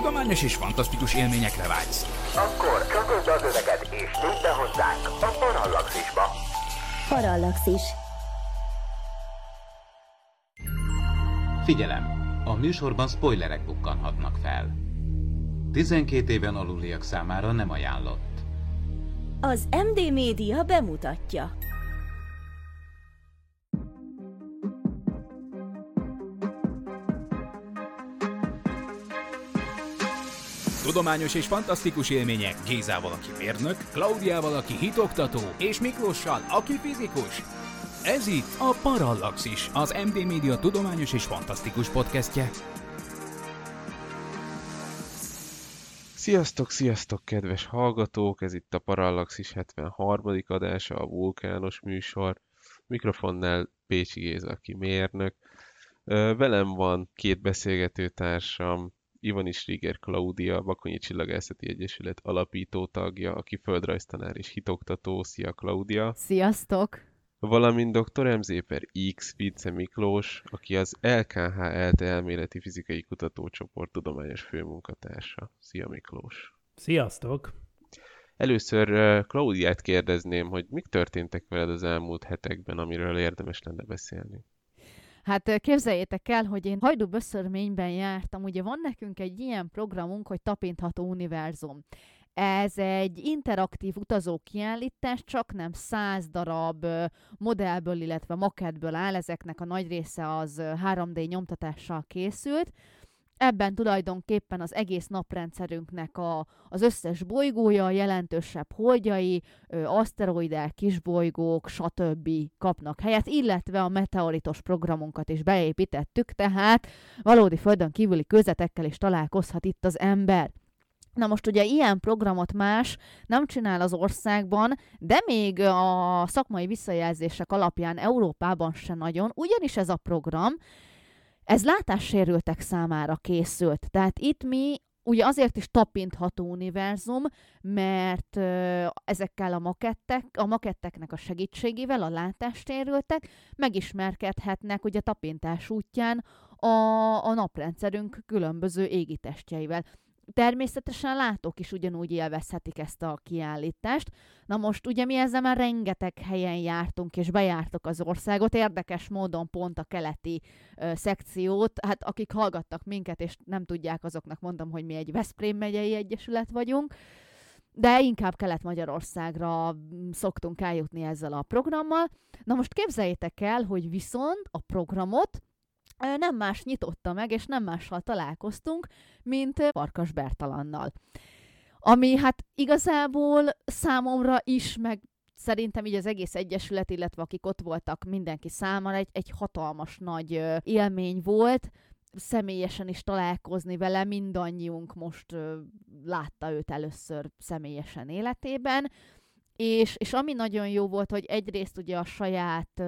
tudományos és fantasztikus élményekre vágysz. Akkor csatolj az öveket és tűnj be hozzánk a Parallaxisba. Parallaxis. Figyelem! A műsorban spoilerek bukkanhatnak fel. 12 éven aluliak számára nem ajánlott. Az MD Média bemutatja. Tudományos és fantasztikus élmények Gézával, aki mérnök, Klaudiával, aki hitoktató, és Miklóssal, aki fizikus. Ez itt a Parallaxis, az MD Média tudományos és fantasztikus podcastje. Sziasztok, kedves hallgatók! Ez itt a Parallaxis 73. adása, a vulkános műsor. Mikrofonnál Pécsi Géza, aki mérnök. Velem van két beszélgetőtársam, Ivanics Rieger Klaudia, Bakonyi Csillagászati Egyesület alapító tagja, aki földrajztanár és hitoktató. Szia, Klaudia! Sziasztok! Valamint dr. MZ per X Vice Miklós, aki az LKH ELTE elméleti fizikai kutatócsoport tudományos főmunkatársa. Szia, Miklós! Sziasztok! Először Klaudiát kérdezném, hogy mik történtek veled az elmúlt hetekben, amiről érdemes lenne beszélni. Hát képzeljétek el, hogy én Hajdú-Böszörményben jártam. Ugye van nekünk egy ilyen programunk, hogy Tapintható univerzum. Ez egy interaktív utazókiállítás, csak nem 100 darab modellből, illetve makettből áll, ezeknek a nagy része az 3D nyomtatással készült. Ebben tulajdonképpen az egész naprendszerünknek az összes bolygója, a jelentősebb holdjai, aszteroidák, kisbolygók, stb. Kapnak helyet, illetve a meteoritos programunkat is beépítettük, tehát valódi földön kívüli kőzetekkel is találkozhat itt az ember. Na most ugye ilyen programot más nem csinál az országban, de még a szakmai visszajelzések alapján Európában se nagyon, ugyanis ez a program, ez látássérültek számára készült. Tehát itt mi ugye azért is tapintható univerzum, mert ezekkel a maketteknek a segítségével a látássérültek megismerkedhetnek ugye tapintás útján a naprendszerünk különböző égitestjeivel. Természetesen látók is ugyanúgy élvezhetik ezt a kiállítást. Na most ugye mi ezzel már rengeteg helyen jártunk, és bejártuk az országot, érdekes módon pont a keleti szekciót. Hát akik hallgattak minket, és nem tudják, azoknak mondom, hogy mi egy Veszprém megyei egyesület vagyunk, de inkább Kelet-Magyarországra szoktunk eljutni ezzel a programmal. Na most képzeljétek el, hogy viszont a programot nem más nyitotta meg, és nem mással találkoztunk, mint Farkas Bertalannal. Ami hát igazából számomra is, meg szerintem így az egész egyesület, illetve akik ott voltak mindenki számára egy hatalmas nagy élmény volt, személyesen is találkozni vele, mindannyiunk most látta őt először személyesen életében, és ami nagyon jó volt, hogy egyrészt ugye a saját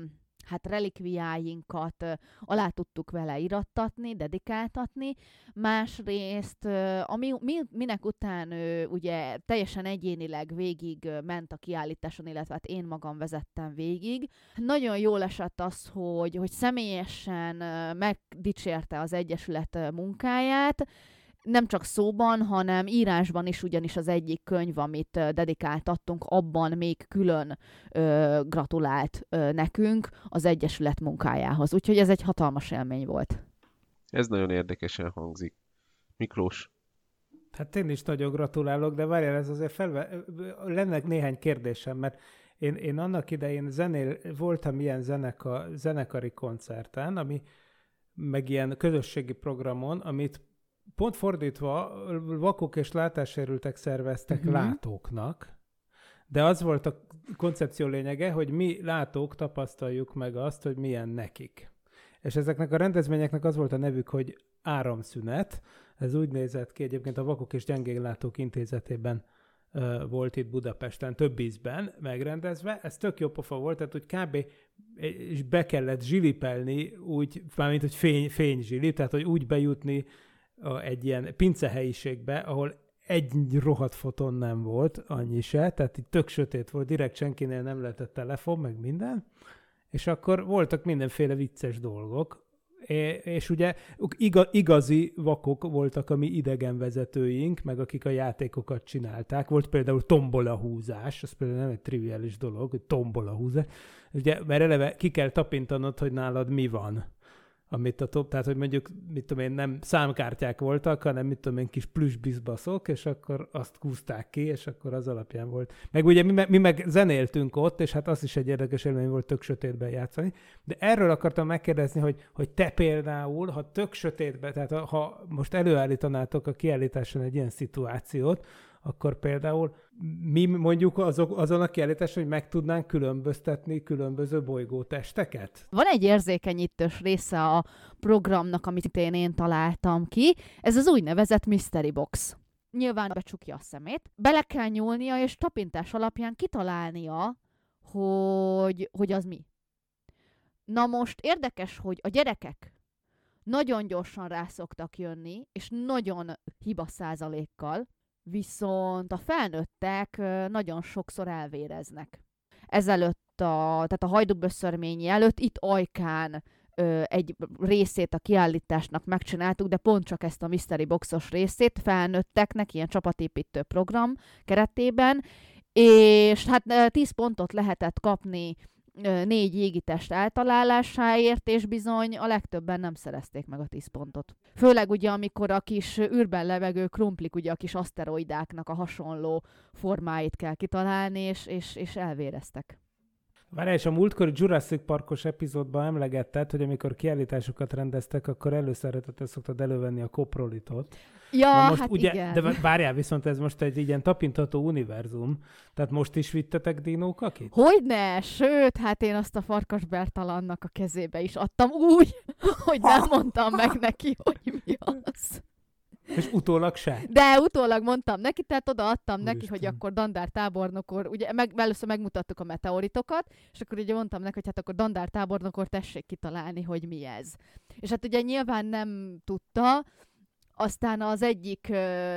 relikviáinkat alá tudtuk vele irattatni, dedikáltatni, másrészt, minek után ugye teljesen egyénileg végig ment a kiállításon, illetve hát én magam vezettem végig. Nagyon jól esett az, hogy személyesen megdicsérte az egyesület munkáját, nem csak szóban, hanem írásban is, ugyanis az egyik könyv, amit dedikáltattunk, abban még külön gratulált nekünk az egyesület munkájához. Úgyhogy ez egy hatalmas élmény volt. Ez nagyon érdekesen hangzik. Miklós? Hát én is nagyon gratulálok, de várjál, ez azért lenne néhány kérdésem, mert én annak idején voltam ilyen zenekari koncerten, meg ilyen közösségi programon, amit pont fordítva vakok és látássérültek szerveztek látóknak, de az volt a koncepció lényege, hogy mi látók tapasztaljuk meg azt, hogy milyen nekik. És ezeknek a rendezvényeknek az volt a nevük, hogy Áramszünet. Ez úgy nézett ki, egyébként a Vakok és Gyengénlátók Intézetében volt itt Budapesten, több ízben megrendezve. Ez tök jó pofa volt, tehát úgy kb. És be kellett zsilipelni, úgy, mármint, hogy fényzsili, tehát hogy úgy bejutni egy ilyen pincehelyiségbe, ahol egy rohadt foton nem volt, annyi se, tehát itt tök sötét volt, direkt senkinél nem lehetett telefon, meg minden, és akkor voltak mindenféle vicces dolgok, És ugye igazi vakok voltak a mi idegenvezetőink, meg akik a játékokat csinálták. Volt például tombolahúzás, ez például nem egy triviális dolog, hogy tombolahúzás. Ugye, mert eleve ki kell tapintanod, hogy nálad mi van. Tehát, hogy mondjuk, mit tudom én, nem számkártyák voltak, hanem mit tudom én, kis plüssbizbaszok, és akkor azt húzták ki, és akkor az alapján volt. Meg ugye mi meg zenéltünk ott, és hát az is egy érdekes élmény volt tök sötétben játszani. De erről akartam megkérdezni, hogy te például, ha tök sötétben, tehát ha most előállítanátok a kiállításon egy ilyen szituációt, akkor például mi mondjuk azon a kiállításon, hogy meg tudnánk különböztetni különböző bolygótesteket? Van egy érzékenyítős része a programnak, amit én találtam ki. Ez az úgynevezett Mystery Box. Nyilván becsukja a szemét. Bele kell nyúlnia, és tapintás alapján kitalálnia, hogy az mi. Na most érdekes, hogy a gyerekek nagyon gyorsan rá szoktak jönni, és nagyon hibaszázalékkal, viszont a felnőttek nagyon sokszor elvéreznek. Tehát a hajdúböszörményi előtt itt Ajkán egy részét a kiállításnak megcsináltuk, de pont csak ezt a Mystery Boxos részét felnőtteknek, ilyen csapatépítő program keretében, és hát 10 pontot lehetett kapni 4 égitest eltalálásáért, és bizony a legtöbben nem szerezték meg a 10 pontot. Főleg ugye, amikor a kis űrben levegő krumplik, ugye a kis aszteroidáknak a hasonló formáit kell kitalálni, és elvéreztek. Várjál, és a múltkori Jurassic Parkos epizódban emlegetted, hogy amikor kiállításokat rendeztek, akkor előszeretettel szoktad elővenni a koprolitot. Ja, most hát ugye, igen. De várjál, viszont ez most egy ilyen tapintható univerzum, tehát most is vittetek dinókakit? Hogyne, sőt, hát én azt a Farkas Bertalannak a kezébe is adtam úgy, hogy nem mondtam meg neki, hogy mi az. És utólag se? De utólag mondtam neki, tehát odaadtam neki, Úristen. hogy akkor Dandár tábornokor, ugye először megmutattuk a meteoritokat, és akkor ugye mondtam neki, hogy hát akkor Dandár tábornokor tessék kitalálni, hogy mi ez. És hát ugye nyilván nem tudta, aztán az egyik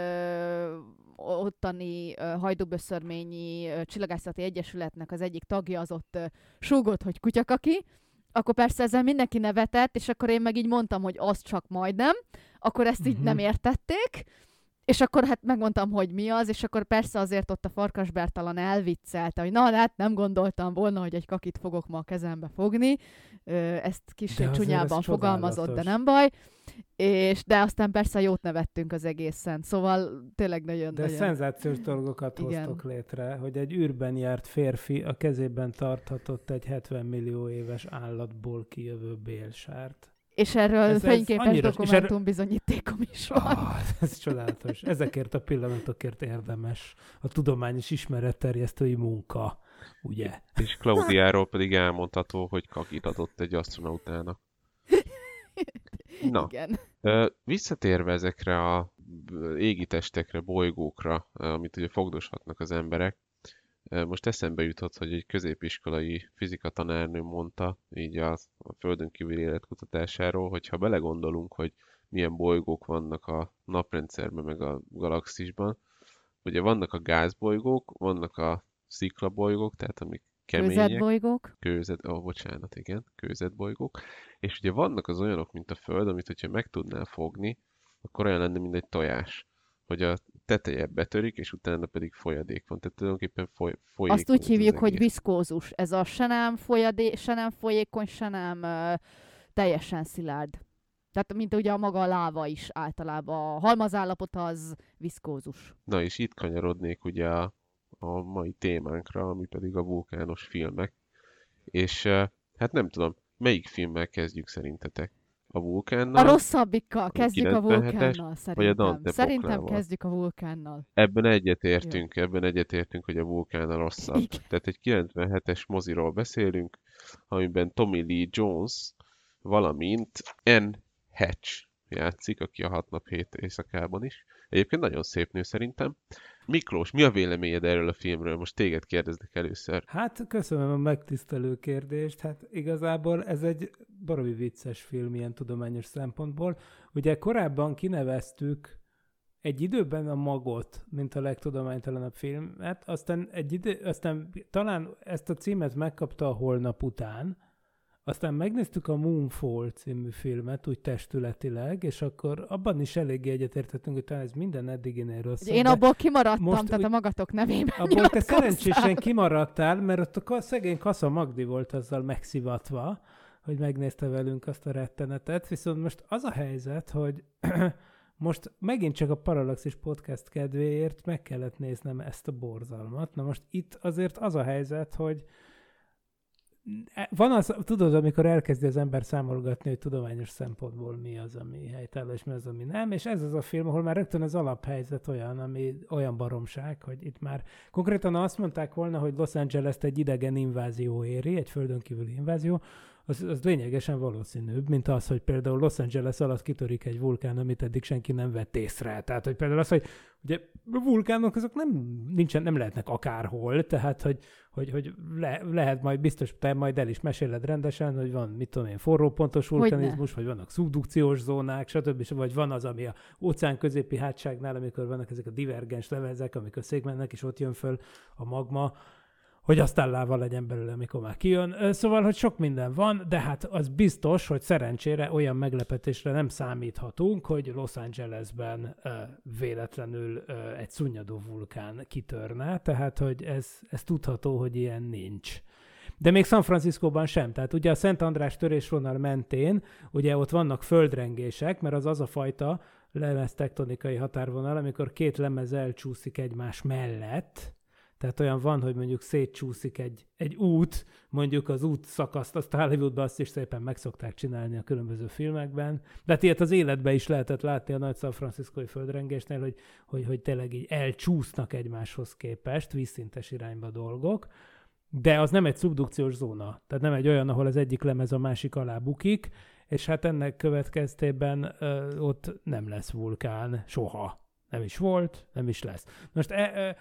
ottani hajdúböszörményi csillagászati egyesületnek az egyik tagja az ott súgott, hogy kutyakaki, akkor persze ezzel mindenki nevetett, és akkor én meg így mondtam, hogy az csak majdnem, akkor ezt így nem értették, és akkor hát megmondtam, hogy mi az, és akkor persze azért ott a Farkas Bertalan elviccelte, hogy na, hát nem gondoltam volna, hogy egy kakit fogok ma a kezembe fogni, ezt kicsit csúnyában fogalmazott, de nem baj, de aztán persze jót nevettünk az egészen, szóval tényleg nagyon... De szenzációs dolgokat hoztok létre, hogy egy űrben járt férfi a kezében tarthatott egy 70 millió éves állatból kijövő bélsárt. És erről fényképes dokumentum bizonyítékom is van. Ez csodálatos. Ezekért a pillanatokért érdemes a tudományos ismeretterjesztői munka, ugye? És Klaudiáról pedig elmondható, hogy kakit adott egy asztronautának. Na, igen. Visszatérve ezekre a égitestekre, bolygókra, amit ugye fogdoshatnak az emberek, most eszembe jutott, hogy egy középiskolai fizika tanárnő mondta, így a Földön kívüli életkutatásáról, hogy ha belegondolunk, hogy milyen bolygók vannak a naprendszerben, meg a galaxisban, ugye vannak a gázbolygók, vannak a sziklabolygók, tehát amik kemények. Kőzetbolygók. Kőzetbolygók. És ugye vannak az olyanok, mint a Föld, amit hogyha meg tudnál fogni, akkor olyan lenne, mint egy tojás, hogy a teteje betörik, és utána pedig folyadék van. Tehát tulajdonképpen folyékony. Azt úgy hívjuk, hogy viszkózus. Ez a se nem folyékony, se nem teljesen szilárd. Tehát mint ugye a maga a láva is általában. A halmazállapot az viszkózus. Na és itt kanyarodnék ugye a mai témánkra, ami pedig a vulkános filmek. És hát nem tudom, melyik filmmel kezdjük szerintetek? A vulkánnal? A rosszabbikkal. Kezdjük a vulkánnal, szerintem. Szerintem kezdjük a vulkánnal. Ebben egyetértünk, hogy a vulkán a rosszabb. Igen. Tehát egy 97-es moziról beszélünk, amiben Tommy Lee Jones, valamint Anne Hatch játszik, aki a 6 nap 7 éjszakában is. Egyébként nagyon szép nő szerintem. Miklós, mi a véleményed erről a filmről? Most téged kérdeznek először. Hát köszönöm a megtisztelő kérdést. Hát igazából ez egy baromi vicces film ilyen tudományos szempontból. Ugye korábban kineveztük egy időben a Magot, mint a legtudománytalanabb filmet, aztán talán ezt a címet megkapta a Holnap után, Aztán megnéztük a Moonfall című filmet, úgy testületileg, és akkor abban is eléggé egyetértettünk, hogy talán ez minden eddiginél rosszabb. Én abból kimaradtam, most tehát a magatok nevében abból te szerencsésen kimaradtál, mert ott a szegény Kassa Magdi volt azzal megszivatva, hogy megnézte velünk azt a rettenetet, viszont most az a helyzet, hogy most megint csak a Parallaxis podcast kedvéért meg kellett néznem ezt a borzalmat. Na most itt azért az a helyzet, hogy van az, tudod, amikor elkezdi az ember számolgatni, hogy tudományos szempontból mi az, ami helytálló, és mi az, ami nem, és ez az a film, ahol már rögtön az alaphelyzet olyan, ami olyan baromság, hogy itt már konkrétan azt mondták volna, hogy Los Angeles-t egy idegen invázió éri, egy földön kívüli invázió, az lényegesen valószínűbb, mint az, hogy például Los Angeles alatt kitörik egy vulkán, amit eddig senki nem vett észre. Tehát, hogy például az, hogy ugye vulkánok azok nem lehetnek akárhol, tehát, hogy lehet majd biztos, te majd el is meséled rendesen, hogy van, mit tudom én, forrópontos vulkanizmus, vagy vannak szubdukciós zónák, stb. Vagy van az, ami a óceán középi hátságnál, amikor vannak ezek a divergens levezek, amikor székmennek, és ott jön föl a magma, hogy aztán láva legyen belőle, amikor már kijön. Szóval, hogy sok minden van, de hát az biztos, hogy szerencsére olyan meglepetésre nem számíthatunk, hogy Los Angelesben véletlenül egy szunnyadó vulkán kitörne, tehát, hogy ez tudható, hogy ilyen nincs. De még San Franciscóban sem. Tehát ugye a Szent András törésvonal mentén, ugye ott vannak földrengések, mert az a fajta lemeztektonikai határvonal, amikor két lemez elcsúszik egymás mellett. Tehát olyan van, hogy mondjuk szétcsúszik egy út, mondjuk az út szakaszt, azt Hollywoodban azt is szépen meg szokták csinálni a különböző filmekben. De hát ilyet az életben is lehetett látni a nagy San Franciscói földrengésnél, hogy tényleg így elcsúsznak egymáshoz képest, vízszintes irányba dolgok. De az nem egy szubdukciós zóna. Tehát nem egy olyan, ahol az egyik lemez a másik alá bukik, és hát ennek következtében ott nem lesz vulkán soha. Nem is volt, nem is lesz. Most,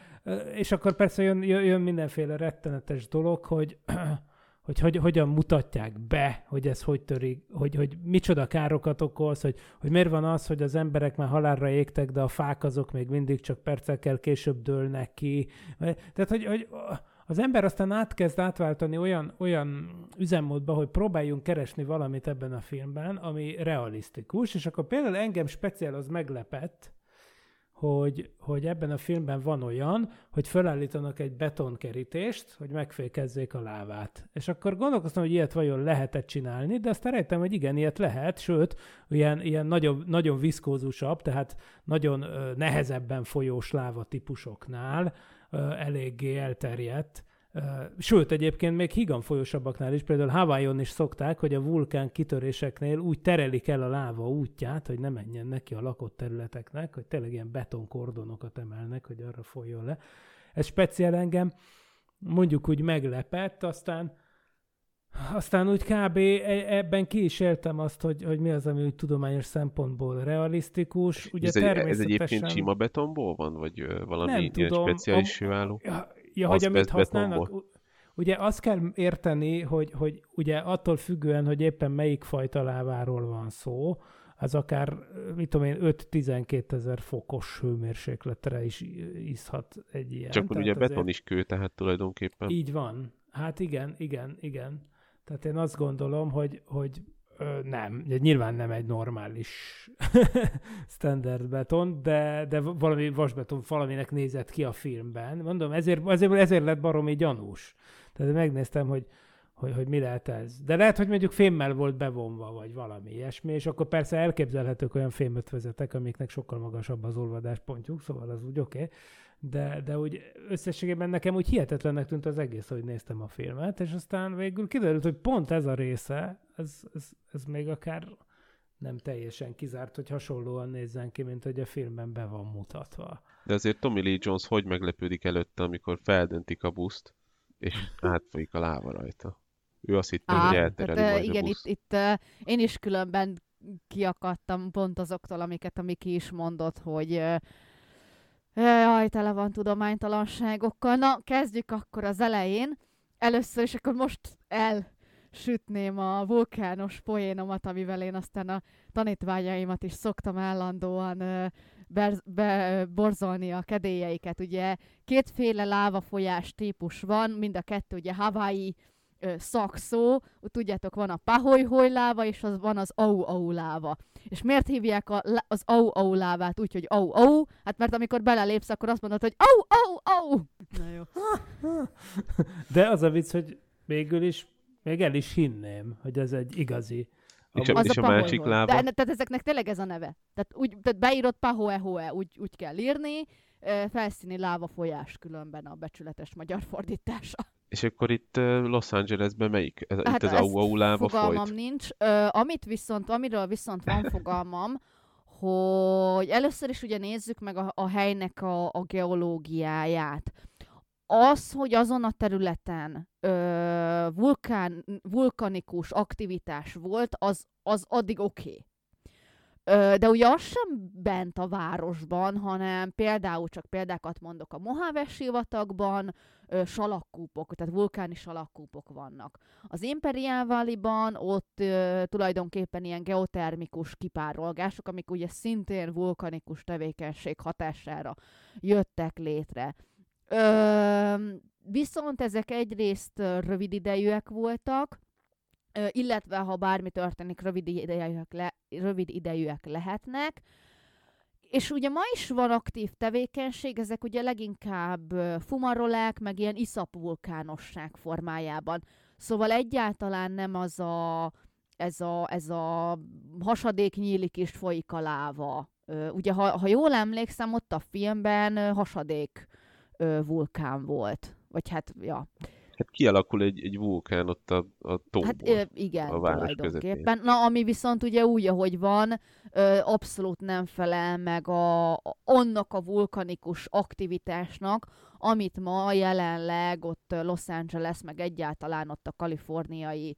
és akkor persze jön mindenféle rettenetes dolog, hogy hogyan mutatják be, hogy ez hogy törik, hogy micsoda károkat okoz, hogy miért van az, hogy az emberek már halálra égtek, de a fák azok még mindig csak percekkel később dőlnek ki. Tehát, hogy az ember aztán átkezd átváltani olyan üzemmódba, hogy próbáljunk keresni valamit ebben a filmben, ami realisztikus, és akkor például engem speciál az meglepett, hogy ebben a filmben van olyan, hogy felállítanak egy betonkerítést, hogy megfékezzék a lávát. És akkor gondolkoztam, hogy ilyet vajon lehet csinálni, de aztán rájöttem, hogy igen, ilyet lehet, sőt, ilyen nagyon, nagyon viszkózusabb, tehát nagyon nehezebben folyós láva típusoknál eléggé elterjedt. Sőt, egyébként még hígamfolyosabbaknál is, például Hawaiion is szokták, hogy a vulkán kitöréseknél úgy terelik el a láva útját, hogy ne menjen neki a lakott területeknek, hogy tényleg ilyen betonkordonokat emelnek, hogy arra folyjon le. Ez speciál engem mondjuk úgy meglepett, aztán úgy kb. Ebben ki is éltem azt, hogy mi az, ami úgy tudományos szempontból realisztikus. Ugye ez egyébként sima betonból van, vagy valami ilyen speciális hőálló? Ja, hogy amit használnak, ugye azt kell érteni, hogy ugye attól függően, hogy éppen melyik fajta láváról van szó, az akár, mit tudom én, 5-12 ezer fokos hőmérsékletre is iszhat egy ilyen. Csak ugye beton is kő, tehát tulajdonképpen. Így van. Hát igen. Tehát én azt gondolom, hogy nem, nyilván nem egy normális standard beton, de valami vasbeton valaminek nézett ki a filmben. Mondom, ezért lett baromi gyanús. Tehát megnéztem, hogy mi lehet ez. De lehet, hogy mondjuk fémmel volt bevonva, vagy valami ilyesmi, és akkor persze elképzelhetők olyan fémötvezetek, amiknek sokkal magasabb az olvadáspontjuk, szóval az úgy oké. De úgy összességében nekem úgy hihetetlennek tűnt az egész, hogy néztem a filmet, és aztán végül kiderült, hogy pont ez a része, ez még akár nem teljesen kizárt, hogy hasonlóan nézzen ki, mint hogy a filmben be van mutatva. De azért Tommy Lee Jones hogy meglepődik előtte, amikor feldöntik a buszt, és átfolyik a láva rajta. Ő azt hitte, hogy eltereli majd igen, a busz. itt én is különben kiakadtam pont azoktól, amiket a Miki is mondott, hogy jaj, tele van tudománytalanságokkal. Na, kezdjük akkor az elején. Először is akkor most elsütném a vulkános poénomat, amivel én aztán a tanítványaimat is szoktam állandóan borzolni a kedélyeiket. Ugye kétféle lávafolyás típus van, mind a kettő ugye Hawaii szakszó, tudjátok, van a pahoy-hoy láva, és van az au-au láva. És miért hívják az au-au lávát úgy, hogy au-au? Hát mert amikor belelépsz, akkor azt mondod, hogy au-au-au! Na jó. De az a vicc, hogy végül is még el is hinném, hogy ez egy igazi. És a másik lába? Tehát ezeknek tényleg ez a neve. Tehát beírod pahoe-hoe, úgy kell írni, felszíni láva folyás különben a becsületes magyar fordítása. És akkor itt Los Angelesben melyik? Hát itt az au-au lába fogalmam folyt? nincs. Amiről viszont van fogalmam, hogy először is ugye nézzük meg a helynek a geológiáját. Az, hogy azon a területen vulkanikus aktivitás volt, az addig oké. De ugye az sem bent a városban, hanem például, csak példákat mondok, a Mojave sivatagban salakkúpok, tehát vulkáni salakkúpok vannak. Az Imperial Valley-ban ott tulajdonképpen ilyen geotermikus kipárolgások, amik ugye szintén vulkanikus tevékenység hatására jöttek létre. Viszont ezek egyrészt rövid idejűek voltak, illetve ha bármi történik, rövid idejűek lehetnek. És ugye ma is van aktív tevékenység, ezek ugye leginkább fumarolák, meg ilyen iszapvulkánosság formájában. Szóval egyáltalán nem ez a hasadék nyílik és folyik a láva. Ugye ha jól emlékszem, ott a filmben hasadék vulkán volt. Vagy hát, ja. Hát kialakul egy vulkán ott a tóból. Hát igen, a város tulajdonképpen. közepén. Na, ami viszont ugye úgy, ahogy van, abszolút nem felel meg annak a vulkanikus aktivitásnak, amit ma jelenleg ott Los Angeles, meg egyáltalán ott a kaliforniai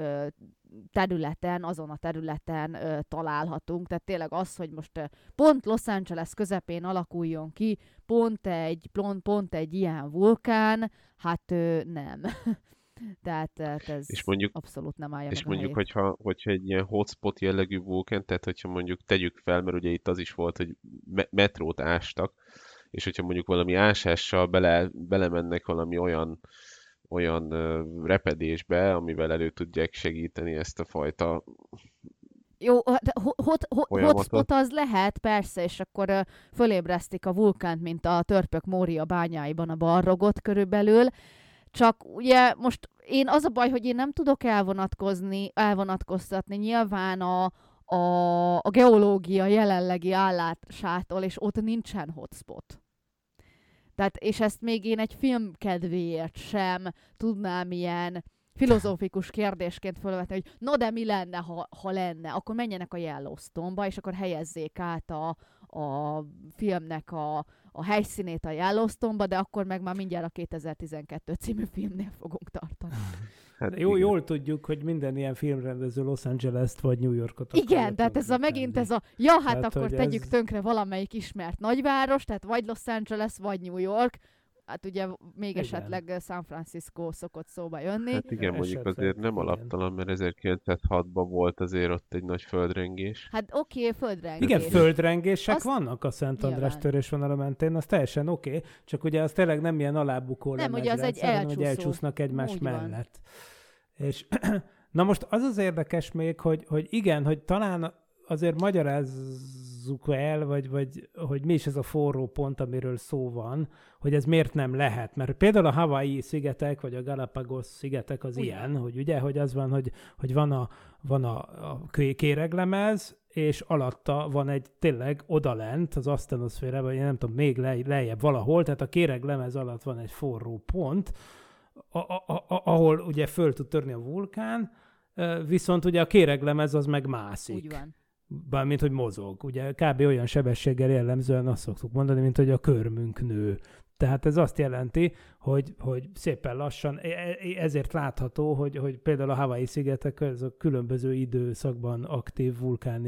területen, azon a területen találhatunk. Tehát tényleg az, hogy most pont Los Angeles közepén alakuljon ki pont egy ilyen vulkán, hát nem. Tehát ez és mondjuk, abszolút nem állja és meg mondjuk, a helyét. hogyha egy ilyen hotspot jellegű vulkán, tehát hogyha mondjuk tegyük fel, mert ugye itt az is volt, hogy metrót ástak, és hogyha mondjuk valami ásással belemennek valami olyan repedésbe, amivel elő tudják segíteni ezt a fajta Jó, hotspot az lehet, persze, és akkor fölébresztik a vulkánt, mint a törpök Mória bányáiban a Barrogot körülbelül. Csak ugye most az a baj, hogy én nem tudok elvonatkoztatni nyilván a geológia jelenlegi állásától, és ott nincsen hotspot. Tehát, és ezt még én egy film kedvéért sem tudnám ilyen filozófikus kérdésként fölvetni, hogy no de mi lenne, ha lenne, akkor menjenek a Yellowstone-ba, és akkor helyezzék át a filmnek a helyszínét a Yellowstone-ba, de akkor meg már mindjárt a 2012 című filmnél fogunk tartani. Hát Jól tudjuk, hogy minden ilyen filmrendező Los Angeles-t vagy New Yorkot akar. Igen, tehát ez hát akkor tegyük tönkre valamelyik ismert nagyváros, tehát vagy Los Angeles, vagy New York. Hát ugye még igen. Esetleg San Francisco szokott szóba jönni. Hát igen, mondjuk azért nem alaptalan, mert 1906-ban volt azért ott egy nagy földrengés. Hát oké, földrengés. Igen, földrengések vannak a Szent András nyilván. törésvonala mentén, az teljesen oké, csak ugye az tényleg nem ilyen alábukó nem, ugye az egy elcsúszó. hogy elcsúsznak egymás úgy mellett. És na most az érdekes még, hogy igen, hogy talán azért magyarázzuk el, vagy hogy mi is ez a forró pont, amiről szó van, hogy ez miért nem lehet. Mert például a Hawaii szigetek, vagy a Galapagos szigetek az ilyen, hogy ugye, hogy az van, hogy van a kéreglemez, és alatta van egy tényleg odalent az asztenoszférában, én nem tudom, még lejjebb valahol, tehát a kéreglemez alatt van egy forró pont, ahol ugye föl tud törni a vulkán, viszont ugye a kéreglemez az meg mászik. Úgy van. Bármint, hogy mozog. Ugye kb. Olyan sebességgel jellemzően azt szoktuk mondani, mint hogy a körmünk nő. Tehát ez azt jelenti, hogy szépen lassan, ezért látható, hogy például a Hawaii szigetek az a különböző időszakban aktív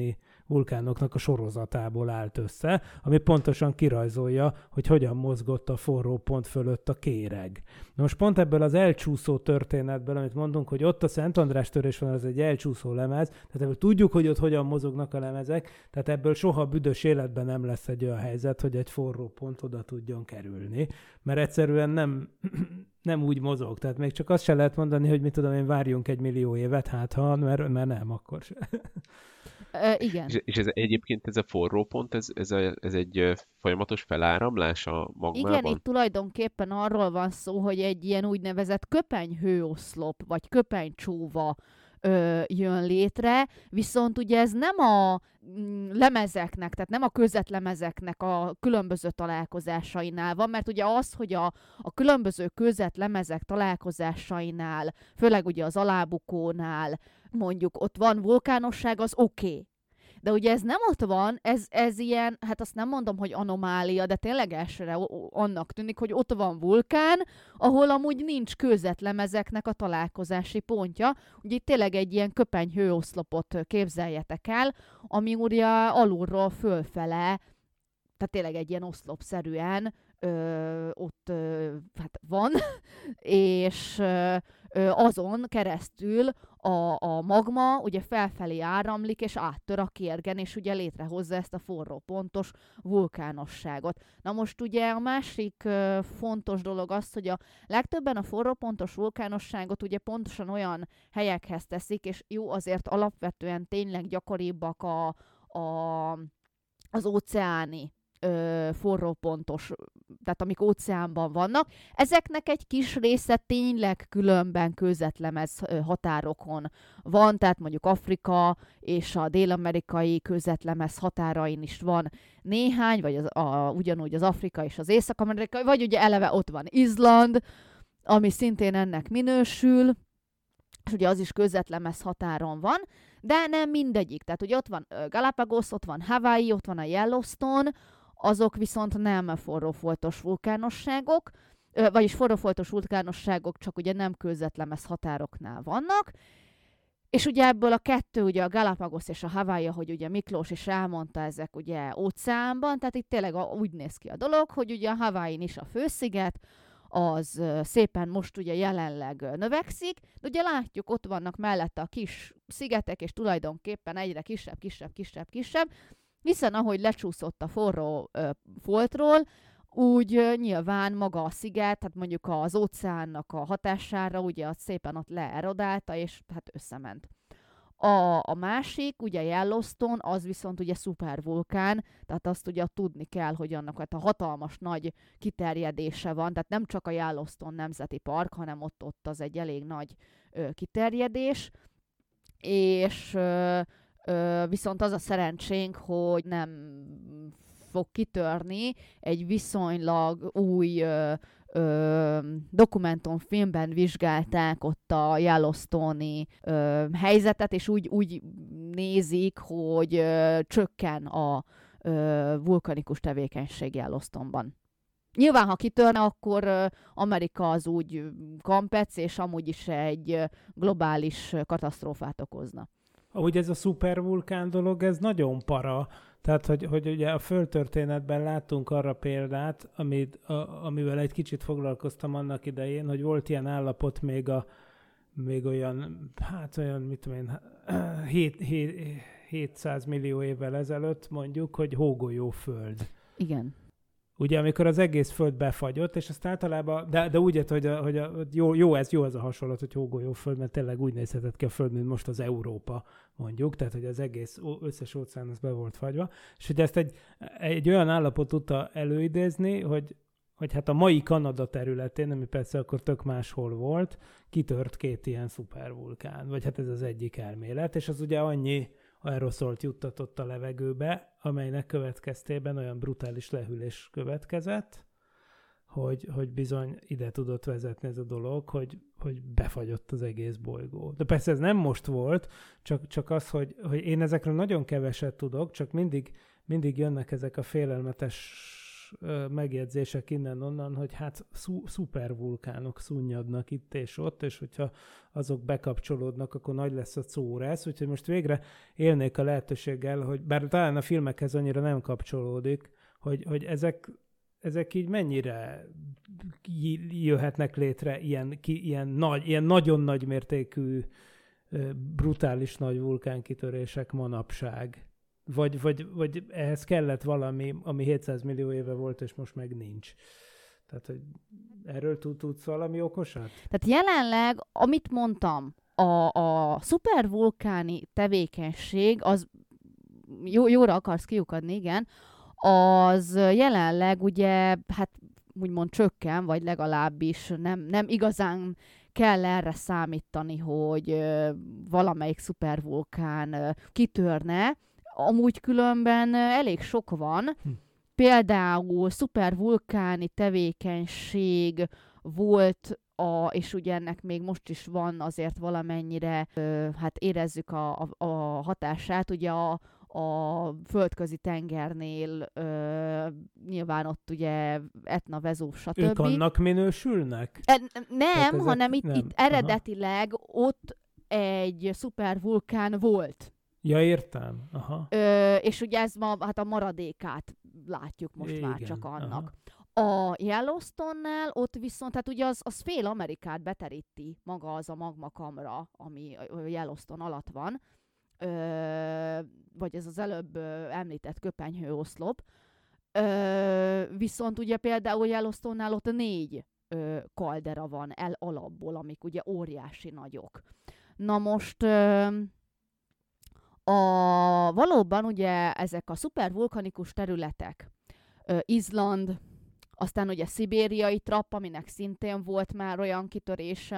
vulkánoknak a sorozatából állt össze, ami pontosan kirajzolja, hogy hogyan mozgott a forró pont fölött a kéreg. Most pont ebből az elcsúszó történetből, amit mondunk, hogy ott a Szent András törés van, az egy elcsúszó lemez, tehát ebből tudjuk, hogy ott hogyan mozognak a lemezek, tehát ebből soha büdös életben nem lesz egy olyan helyzet, hogy egy forró pont oda tudjon kerülni, mert egyszerűen nem úgy mozog. Tehát még csak azt se lehet mondani, hogy mit tudom én, várjunk 1 millió évet, hát ha, mert nem, akkor se. Igen. És ez egyébként ez a forró pont, ez egy folyamatos feláramlás a magmában? Igen, itt tulajdonképpen arról van szó, hogy egy ilyen úgynevezett köpenyhőoszlop, vagy köpenycsóva jön létre, viszont ugye ez nem a lemezeknek, tehát nem a kőzetlemezeknek a különböző találkozásainál van, mert ugye az, hogy a különböző kőzetlemezek találkozásainál, főleg ugye az alábukónál, mondjuk ott van vulkánosság, az oké. De ugye ez nem ott van, ez ilyen, hát azt nem mondom, hogy anomália, de tényleg elsőre annak tűnik, hogy ott van vulkán, ahol amúgy nincs kőzetlemezeknek a találkozási pontja. Ugye itt tényleg egy ilyen köpenyhőoszlopot képzeljetek el, ami ugye alulról fölfele, tehát tényleg egy ilyen oszlopszerűen ott hát van, és azon keresztül a magma ugye felfelé áramlik, és áttör a kérgen, és ugye létrehozza ezt a forró pontos vulkánosságot. Na most ugye a másik fontos dolog az, hogy a legtöbben a forró pontos vulkánosságot ugye pontosan olyan helyekhez teszik, és jó, azért alapvetően tényleg gyakoribbak az óceáni forró pontos, tehát amik óceánban vannak. Ezeknek egy kis része tényleg különben kőzetlemez határokon van, tehát mondjuk Afrika és a dél-amerikai kőzetlemez határain is van néhány, vagy ugyanúgy az Afrika és az észak-amerikai, vagy ugye eleve ott van Izland, ami szintén ennek minősül, és ugye az is kőzetlemez határon van, de nem mindegyik. Tehát ugye ott van Galapagos, ott van Hawaii, ott van a Yellowstone, azok viszont nem forrófoltos vulkánosságok, vagyis forrófoltos vulkánosságok, csak ugye nem kőzetlemez határoknál vannak, és ugye ebből a kettő, ugye a Galapagos és a Hawaii, ahogy ugye Miklós is elmondta, ezek ugye óceánban, tehát itt tényleg úgy néz ki a dolog, hogy ugye a Hawaii-n is a fősziget, az szépen most ugye jelenleg növekszik, de ugye látjuk, ott vannak mellette a kis szigetek, és tulajdonképpen egyre kisebb, hiszen ahogy lecsúszott a forró foltról, úgy nyilván maga a sziget, tehát mondjuk az óceánnak a hatására, ugye az szépen ott leerodálta, és hát összement. A másik, ugye Yellowstone, az viszont ugye szupervulkán, tehát azt ugye tudni kell, hogy annak hát a hatalmas nagy kiterjedése van, tehát nem csak a Yellowstone Nemzeti Park, hanem ott az egy elég nagy kiterjedés, és viszont az a szerencsénk, hogy nem fog kitörni, egy viszonylag új dokumentumfilmben vizsgálták ott a Yellowstone-i helyzetet, és úgy nézik, hogy csökken a vulkanikus tevékenység Yellowstone-ban. Nyilván, ha kitörne, akkor Amerika az úgy kampec, és amúgy is egy globális katasztrófát okozna. Ahogy ez a szupervulkán dolog, ez nagyon para. Tehát, hogy ugye a földtörténetben láttunk arra példát, amivel egy kicsit foglalkoztam annak idején, hogy volt ilyen állapot még olyan, mit tudom én, 700 millió évvel ezelőtt mondjuk, hogy hógolyó föld. Igen. Ugye, amikor az egész föld befagyott, és azt általában, de úgy jött, hogy jó ez a hasonlat, hogy hógolyó föld, mert tényleg úgy nézhetett ki a föld, mint most az Európa, mondjuk, tehát, hogy az egész összes óceán az be volt fagyva, és hogy ezt egy olyan állapot tudta előidézni, hogy hát a mai Kanada területén, ami persze akkor tök máshol volt, kitört 2 ilyen szupervulkán, vagy hát ez az egyik elmélet, és az ugye annyi aeroszolt juttatott a levegőbe, amelynek következtében olyan brutális lehűlés következett, hogy bizony ide tudott vezetni ez a dolog, hogy befagyott az egész bolygó. De persze ez nem most volt, csak az, hogy én ezekről nagyon keveset tudok, csak mindig jönnek ezek a félelmetes megjegyzések innen-onnan, hogy hát szupervulkánok szunnyadnak itt és ott, és hogyha azok bekapcsolódnak, akkor nagy lesz a córesz, úgyhogy most végre élnék a lehetőséggel, hogy bár talán a filmekhez annyira nem kapcsolódik, hogy ezek így mennyire jöhetnek létre ilyen nagyon nagy mértékű, brutális nagy vulkánkitörések manapság. Vagy ehhez kellett valami, ami 700 millió éve volt, és most meg nincs. Tehát, hogy erről tudsz valami okosat? Tehát jelenleg, amit mondtam, a szupervulkáni tevékenység, az jóra akarsz kiukadni, igen, az jelenleg ugye, hát úgymond csökken, vagy legalábbis nem igazán kell erre számítani, hogy valamelyik szupervulkán kitörne. Amúgy különben elég sok van. Például szupervulkáni tevékenység volt, és ugye ennek még most is van azért valamennyire, hát érezzük a hatását. Ugye a földközi tengernél nyilván ott ugye Etna, Vezúv, stb. Ők annak minősülnek? Nem, hanem itt eredetileg ott egy szupervulkán volt. Ja, értem. Aha. És ugye ez hát a maradékát látjuk most igen, már csak annak. Aha. A Yellowstone-nál ott viszont, hát ugye az fél Amerikát beteríti maga az a magmakamra, ami Yellowstone alatt van, vagy ez az előbb említett köpenyhőoszlop. Viszont ugye például Yellowstone-nál ott 4 kaldera van alapból, amik ugye óriási nagyok. Na most valóban ugye ezek a szupervulkanikus területek, Izland, aztán ugye szibériai trapp, aminek szintén volt már olyan kitörése,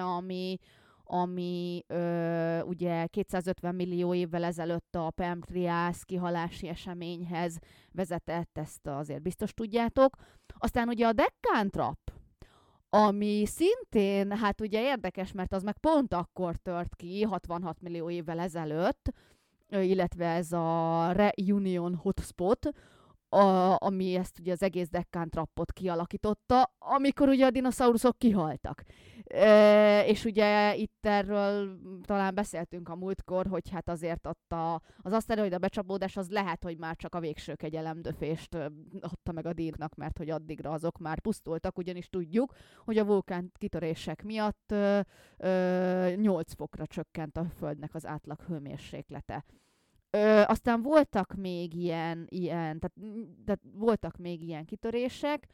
ami ugye 250 millió évvel ezelőtt a Perm-Triász kihalási eseményhez vezetett, ezt azért biztos tudjátok. Aztán ugye a Deccan trapp, ami szintén, hát ugye érdekes, mert az meg pont akkor tört ki, 66 millió évvel ezelőtt, illetve ez a Reunion Hotspot, ami ezt ugye az egész Deccan trappot kialakította, amikor ugye a dinoszauruszok kihaltak. És ugye itt erről talán beszéltünk a múltkor, hogy hát azért ott az aszteroida becsapódás az lehet, hogy már csak a végső kegyelemdöfést adta meg a dínoknak, mert hogy addigra azok már pusztultak, ugyanis tudjuk, hogy a vulkán kitörések miatt 8 fokra csökkent a Földnek az átlag hőmérséklete. Aztán voltak még ilyen tehát voltak még ilyen kitörések.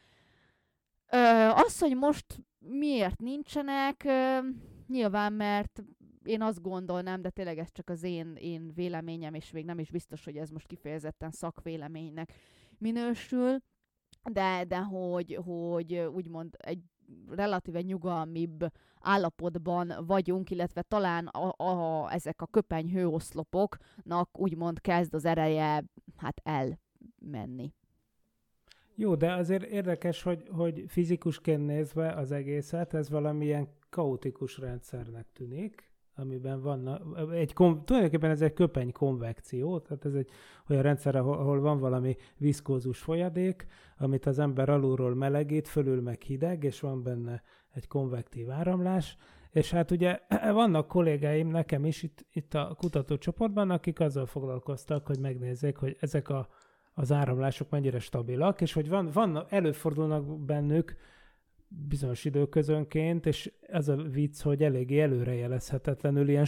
Az, hogy most miért nincsenek, nyilván, mert én azt gondolnám, de tényleg ez csak az én véleményem, és még nem is biztos, hogy ez most kifejezetten szakvéleménynek minősül, de hogy úgymond egy relatíve nyugalmibb állapotban vagyunk, illetve talán ezek a köpenyhőoszlopoknak úgymond kezd az ereje hát elmenni. Jó, de azért érdekes, hogy fizikusként nézve az egészet, ez valamilyen kaotikus rendszernek tűnik, amiben van tulajdonképpen ez egy köpenykonvekció, tehát ez egy olyan rendszer, ahol van valami viszkózus folyadék, amit az ember alulról melegít, fölül meg hideg, és van benne egy konvektív áramlás, és hát ugye vannak kollégáim nekem is itt a kutatócsoportban, akik azzal foglalkoztak, hogy megnézzék, hogy ezek az áramlások mennyire stabilak, és hogy előfordulnak bennük bizonyos időközönként, és az a vicc, hogy eléggé előrejelezhetetlenül ilyen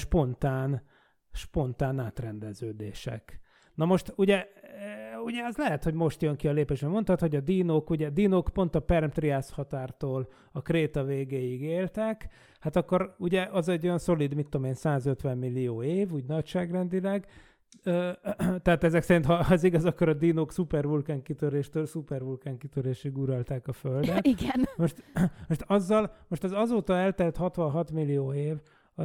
spontán átrendeződések. Na most ugye az lehet, hogy most jön ki a lépés, mert mondtad, hogy a dinók pont a Perm-Triász határtól a Kréta végéig éltek, hát akkor ugye az egy olyan szolid, 150 millió év, úgy nagyságrendileg, tehát ezek szerint, ha az igaz, akkor a dinók szupervulkánkitöréstől szupervulkánkitörésig uralták a Földet. Igen. Most az azóta eltelt 66 millió év,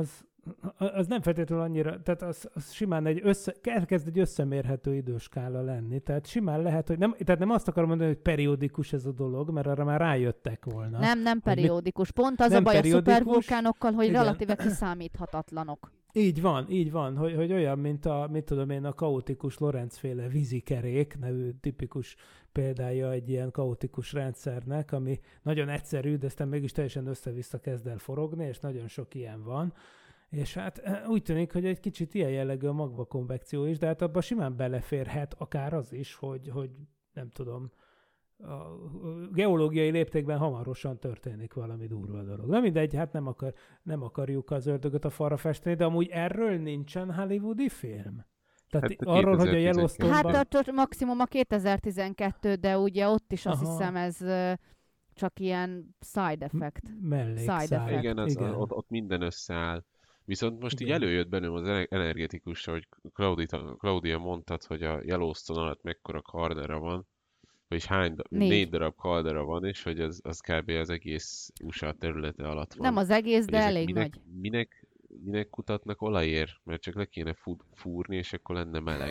az nem feltétlenül annyira, tehát az simán elkezd egy összemérhető időskála lenni. Tehát simán lehet, hogy nem azt akarom mondani, hogy periódikus ez a dolog, mert arra már rájöttek volna. Nem periódikus. Pont az a baj a szupervulkánokkal, hogy relatíve kiszámíthatatlanok. Így van, hogy olyan, mint tudom én, a kaotikus Lorentz-féle vízikerék nevű tipikus példája egy ilyen kaotikus rendszernek, ami nagyon egyszerű, de aztán mégis teljesen össze-vissza kezd el forogni, és nagyon sok ilyen van. És hát úgy tűnik, hogy egy kicsit ilyen jellegű a magvakonvekció is, de hát abban simán beleférhet akár az is, hogy nem tudom, a geológiai léptékben hamarosan történik valami durva dolog. Na mindegy, hát nem akarjuk az ördögöt a falra festeni, de amúgy erről nincsen hollywoodi film? Tehát Hát arról, hogy a 2012. Yellowstone-ban... Hát maximum a 2012, de ugye ott is azt hiszem ez csak ilyen side effect. Mellékszál. Side effect. Igen, ott minden összeáll. Viszont most így Igen. előjött bennem az energetikus, hogy Claudia mondtad, hogy a Yellowstone alatt mekkora kardera van, vagyis négy darab kaldera van, és hogy az kb. Az egész USA területe alatt van. Nem az egész, Hogy de ezek elég nagy. Minek kutatnak olajért? Mert csak le kéne fúrni, és akkor lenne meleg.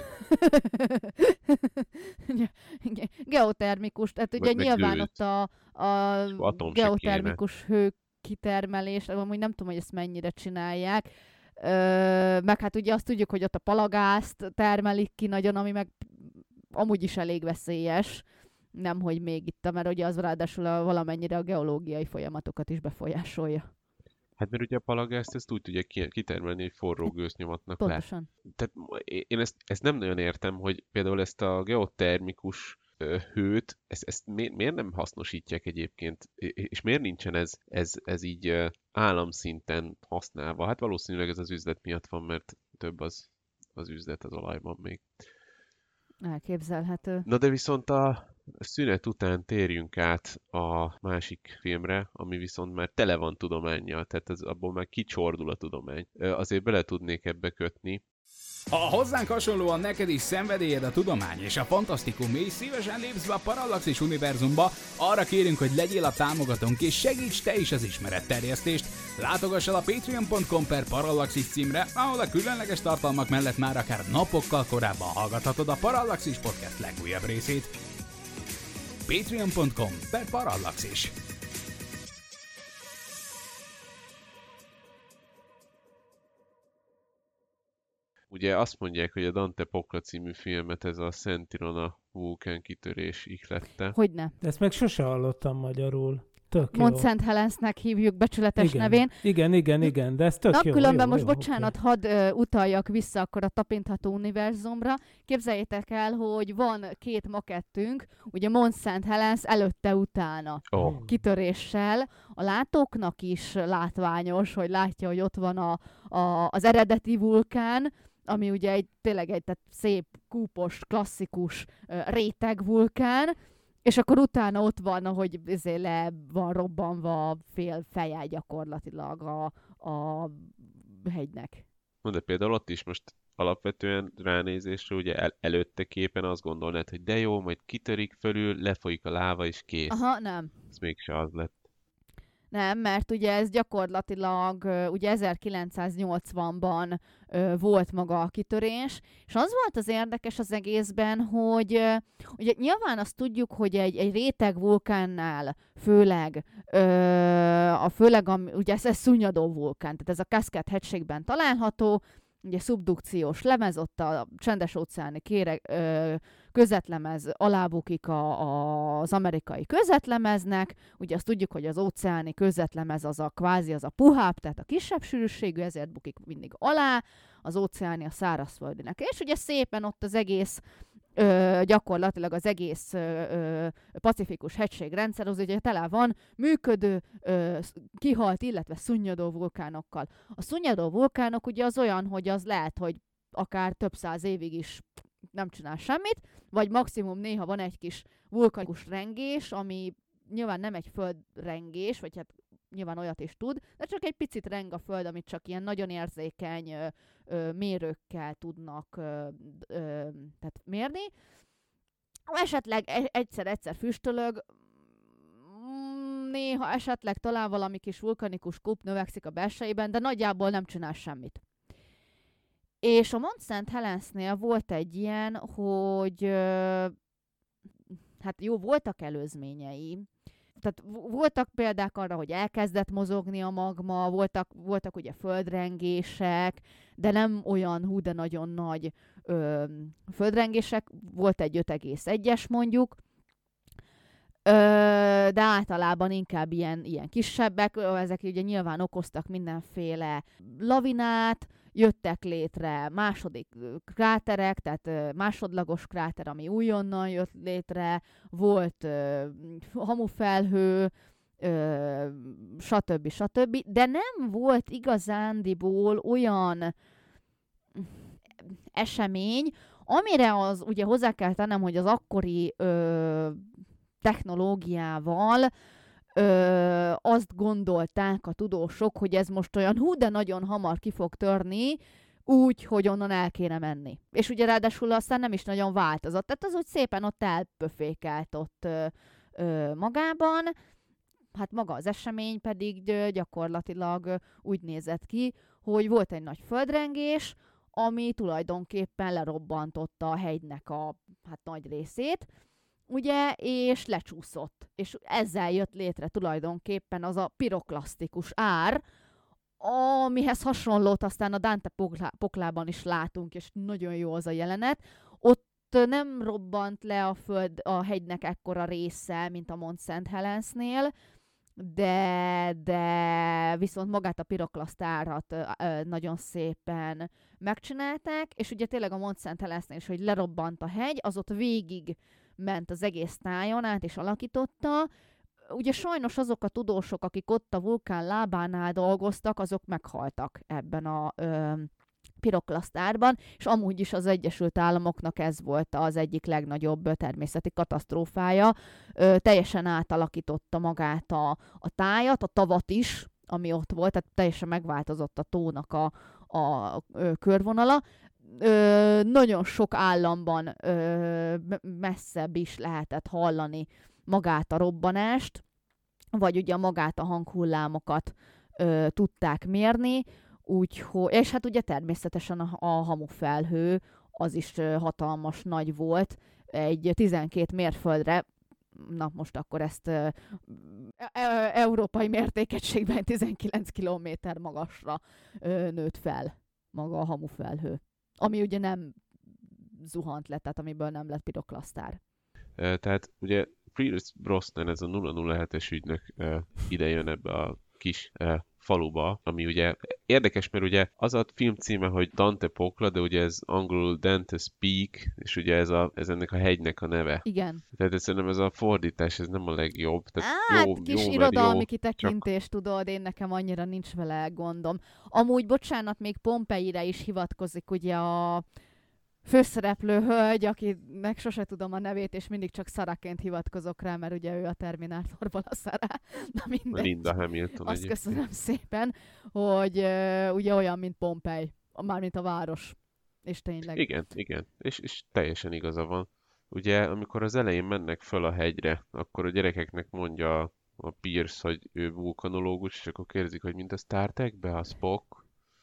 Geotermikus, tehát ugye Meg nyilván gőz. ott a Atom se geotermikus hő kitermelés, amúgy nem tudom, hogy ezt mennyire csinálják. Meg hát ugye azt tudjuk, hogy ott a palagázt termelik ki nagyon, ami meg amúgy is elég veszélyes. Nem, hogy még itt, mert ugye az ráadásul valamennyire a geológiai folyamatokat is befolyásolja. Hát mert ugye a palagázt ezt úgy tudja kitermelni, hogy forró gőznyomatnak le. Pontosan. Tehát én ezt nem nagyon értem, hogy például ezt a geotermikus hőt, ezt miért nem hasznosítják egyébként, és miért nincsen ez így államszinten használva? Hát valószínűleg ez az üzlet miatt van, mert több az üzlet az olajban még. Elképzelhető. Na de viszont a szünet után térjünk át a másik filmre, ami viszont már tele van tudománnyal, tehát abból már kicsordul a tudomány. Azért bele tudnék ebbe kötni. Ha hozzánk hasonlóan neked is szenvedélyed a tudomány és a fantasztikum, és szívesen lépsz be a Parallaxis univerzumba, arra kérünk, hogy legyél a támogatónk és segíts te is az ismeretterjesztést. Látogass el a patreon.com/Parallaxis címre, ahol a különleges tartalmak mellett már akár napokkal korábban hallgathatod a Parallaxis podcast legújabb részét. patreon.com/Parallaxis. Ugye azt mondják, hogy a Dante Pokla című filmet ez a Szent Ilona vulkánkitörés ihlette. Hogyne. De ezt meg sose hallottam magyarul. Tök jó. Mont Szent Helensnek hívjuk becsületes nevén. Igen, de ez tök jó. Különben most jó, bocsánat, hadd utaljak vissza akkor a tapintható univerzumra. Képzeljétek el, hogy van 2 makettünk, ugye Mont Szent Helens előtte-utána kitöréssel. A látóknak is látványos, hogy látja, hogy ott van az eredeti vulkán, ami ugye tényleg egy tehát szép, kúpos, klasszikus rétegvulkán, és akkor utána ott van, hogy le van robbanva fél feje gyakorlatilag a hegynek. De például ott is most alapvetően ránézésre ugye előtte képen azt gondolnád, hogy de jó, majd kitörik fölül, lefolyik a láva és kész. Aha, nem. Ez mégse az lett. Nem, mert ugye ez gyakorlatilag ugye 1980-ban volt maga a kitörés, és az volt az érdekes az egészben, hogy ugye nyilván azt tudjuk, hogy egy réteg vulkánnál főleg ugye ez szunnyadó vulkán, tehát ez a Cascade-hegységben található, ugye szubdukciós lemez, ott a csendes-óceáni közvetlemez alábukik az amerikai közvetlemeznek. Ugye azt tudjuk, hogy az óceáni közvetlemez az a kvázi az a puhább, tehát a kisebb sűrűségű, ezért bukik mindig alá, az óceáni a szárazföldinek. És ugye szépen ott az egész gyakorlatilag az egész pacifikus hegységrendszer az ugye tele van működő, kihalt, illetve szunnyadó vulkánokkal. A szunnyadó vulkánok ugye az olyan, hogy az lehet, hogy akár több száz évig is nem csinál semmit, vagy maximum néha van egy kis vulkanikus rengés, ami nyilván nem egy földrengés, vagy hát nyilván olyat is tud, de csak egy picit reng a föld, amit csak ilyen nagyon érzékeny mérőkkel tudnak tehát mérni. Esetleg egyszer füstölög, néha esetleg talán valami kis vulkanikus kúp növekszik a belsejében, de nagyjából nem csinál semmit. És a Mont Szent Helensnél volt egy ilyen, hogy hát jó, voltak előzményei, tehát voltak példák arra, hogy elkezdett mozogni a magma, voltak ugye földrengések, de nem olyan de nagyon nagy földrengések, volt egy 5,1-es mondjuk, de általában inkább ilyen kisebbek, ezek ugye nyilván okoztak mindenféle lavinát, jöttek létre második kráterek, tehát másodlagos kráter, ami újonnan jött létre, volt hamufelhő, stb. De nem volt igazándiból olyan esemény, amire az ugye hozzá kell tennem, hogy az akkori technológiával azt gondolták a tudósok, hogy ez most olyan de nagyon hamar ki fog törni, úgy, hogy onnan el kéne menni. És ugye ráadásul aztán nem is nagyon változott. Tehát az úgy szépen ott elpöfékelt ott magában. Hát maga az esemény pedig gyakorlatilag úgy nézett ki, hogy volt egy nagy földrengés, ami tulajdonképpen lerobbantotta a hegynek a nagy részét, ugye, és lecsúszott. És ezzel jött létre tulajdonképpen az a piroklasztikus ár, amihez hasonlót aztán a Dante poklában is látunk, és nagyon jó az a jelenet. Ott nem robbant le a hegynek ekkora része, mint a Mont Szent Helensnél, de viszont magát a piroklaszt árat nagyon szépen megcsinálták, és ugye tényleg a Mont Szent Helensnél is, hogy lerobbant a hegy, az ott végig ment az egész tájon át, és alakította. Ugye sajnos azok a tudósok, akik ott a vulkán lábánál dolgoztak, azok meghaltak ebben a piroklasztárban, és amúgy is az Egyesült Államoknak ez volt az egyik legnagyobb természeti katasztrófája. Teljesen átalakította magát a tájat, a tavat is, ami ott volt, tehát teljesen megváltozott a tónak a körvonala. Nagyon sok államban messzebb is lehetett hallani magát a robbanást, vagy ugye magát a hanghullámokat tudták mérni, úgyhogy, és hát ugye természetesen a hamufelhő az is hatalmas nagy volt, egy 12 mérföldre, na most akkor ezt európai mértékegységben 19 kilométer magasra nőtt fel maga a hamufelhő, ami ugye nem zuhant le, tehát amiből nem lett piroklasztár. Tehát ugye Pierce Brosnan, ez a 007-es ügynök ide jön ebbe a kis faluba, ami ugye érdekes, mert ugye az a film címe, hogy Dante Pokla, de ugye ez angolul Dante's Peak, és ugye ez ennek a hegynek a neve. Igen. Tehát szerintem ez a fordítás, ez nem a legjobb. Tehát kis irodalmi kitekintés, tudod, én nekem annyira nincs vele gondom. Amúgy, bocsánat, még Pompeire is hivatkozik ugye a főszereplő hölgy, akinek sose tudom a nevét, és mindig csak Sarahként hivatkozok rá, mert ugye ő a Terminátorban a Sarah. Na mindegy. Linda Hamilton. Azt köszönöm szépen, hogy ugye olyan, mint Pompei, mármint a város. És tényleg. Igen. És teljesen igaza van. Ugye, amikor az elején mennek föl a hegyre, akkor a gyerekeknek mondja a Pierce, hogy ő vulkanológus, és akkor kérdezik, hogy mint a Star Trek-be, a Spock.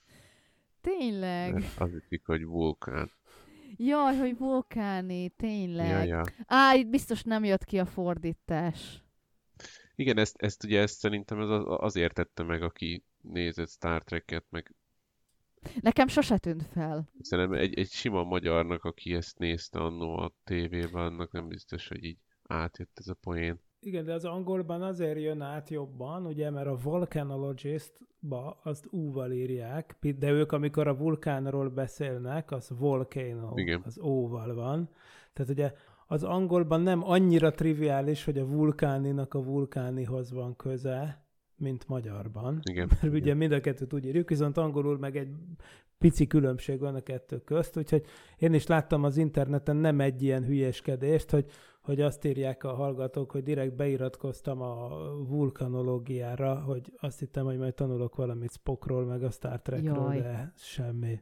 Tényleg. Azt hiszik, hogy vulkán. Jaj, hogy vulkáni, tényleg. Ja. Itt biztos nem jött ki a fordítás. Igen, ezt szerintem azért tette meg, aki nézett Star Trek-et, meg... Nekem sose tűnt fel. Szerintem egy sima magyarnak, aki ezt nézte annó a tévében, annak nem biztos, hogy így átjött ez a poén. Igen, de az angolban azért jön át jobban, ugye, mert a volcanologist-ba azt U-val írják, de ők, amikor a vulkánról beszélnek, az volcano, igen. Az O-val van. Tehát ugye az angolban nem annyira triviális, hogy a vulkáninak a vulkánihoz van köze, mint magyarban. Igen. Mert ugye mind a kettőt úgy írjuk, viszont angolul meg egy pici különbség van a kettő közt, úgyhogy én is láttam az interneten nem egy ilyen hülyeskedést, hogy azt írják a hallgatók, hogy direkt beiratkoztam a vulkanológiára, hogy azt hittem, hogy majd tanulok valamit Spockról, meg a Star Trekről, de semmi.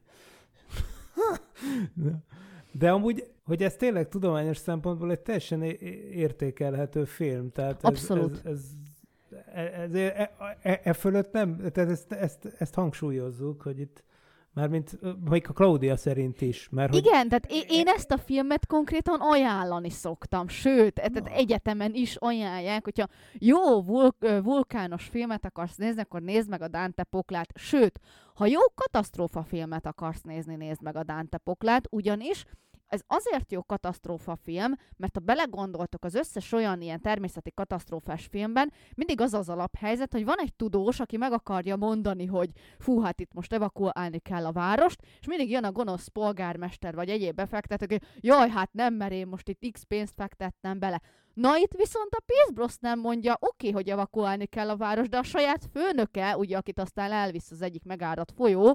De amúgy, hogy ez tényleg tudományos szempontból egy teljesen értékelhető film. Tehát abszolút. Ez fölött nem, tehát ezt hangsúlyozzuk, hogy itt Mármint még a Claudia szerint is. Mert Igen, tehát én ezt a filmet konkrétan ajánlani szoktam. Sőt, tehát egyetemen is ajánlják, hogyha jó vulkános filmet akarsz nézni, akkor nézd meg a Dante poklát. Sőt, ha jó katasztrófa filmet akarsz nézni, nézd meg a Dante poklát, ugyanis ez azért jó katasztrófa film, mert ha belegondoltok az összes olyan ilyen természeti katasztrófás filmben, mindig az az alaphelyzet, hogy van egy tudós, aki meg akarja mondani, hogy fú, hát itt most evakuálni kell a várost, és mindig jön a gonosz polgármester vagy egyéb befektetők, hogy jaj, hát nem, mert én most itt X pénzt fektettem bele. Na itt viszont a Pierce Brosnan mondja, oké, hogy evakuálni kell a város, de a saját főnöke, ugye, akit aztán elvisz az egyik megáradt folyó,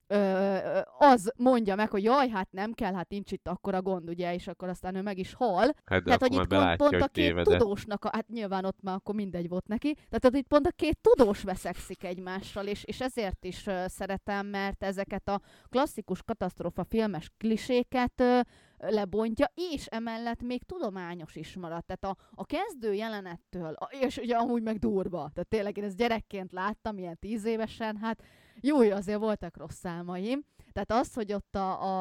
az mondja meg, hogy jaj, hát nem kell, hát nincs itt akkora gond, ugye, és akkor aztán ő meg is hal. Hát tehát, hogy itt pont a két tudósnak, hát nyilván ott már akkor mindegy volt neki, tehát itt pont a két tudós veszekszik egymással, és ezért is szeretem, mert ezeket a klasszikus katasztrófa filmes kliséket lebontja, és emellett még tudományos is maradt. Tehát a kezdő jelenettől, és ugye amúgy meg durva, tehát tényleg én ezt gyerekként láttam, ilyen 10 évesen, hát jó, azért voltak rossz számai. Tehát az, hogy ott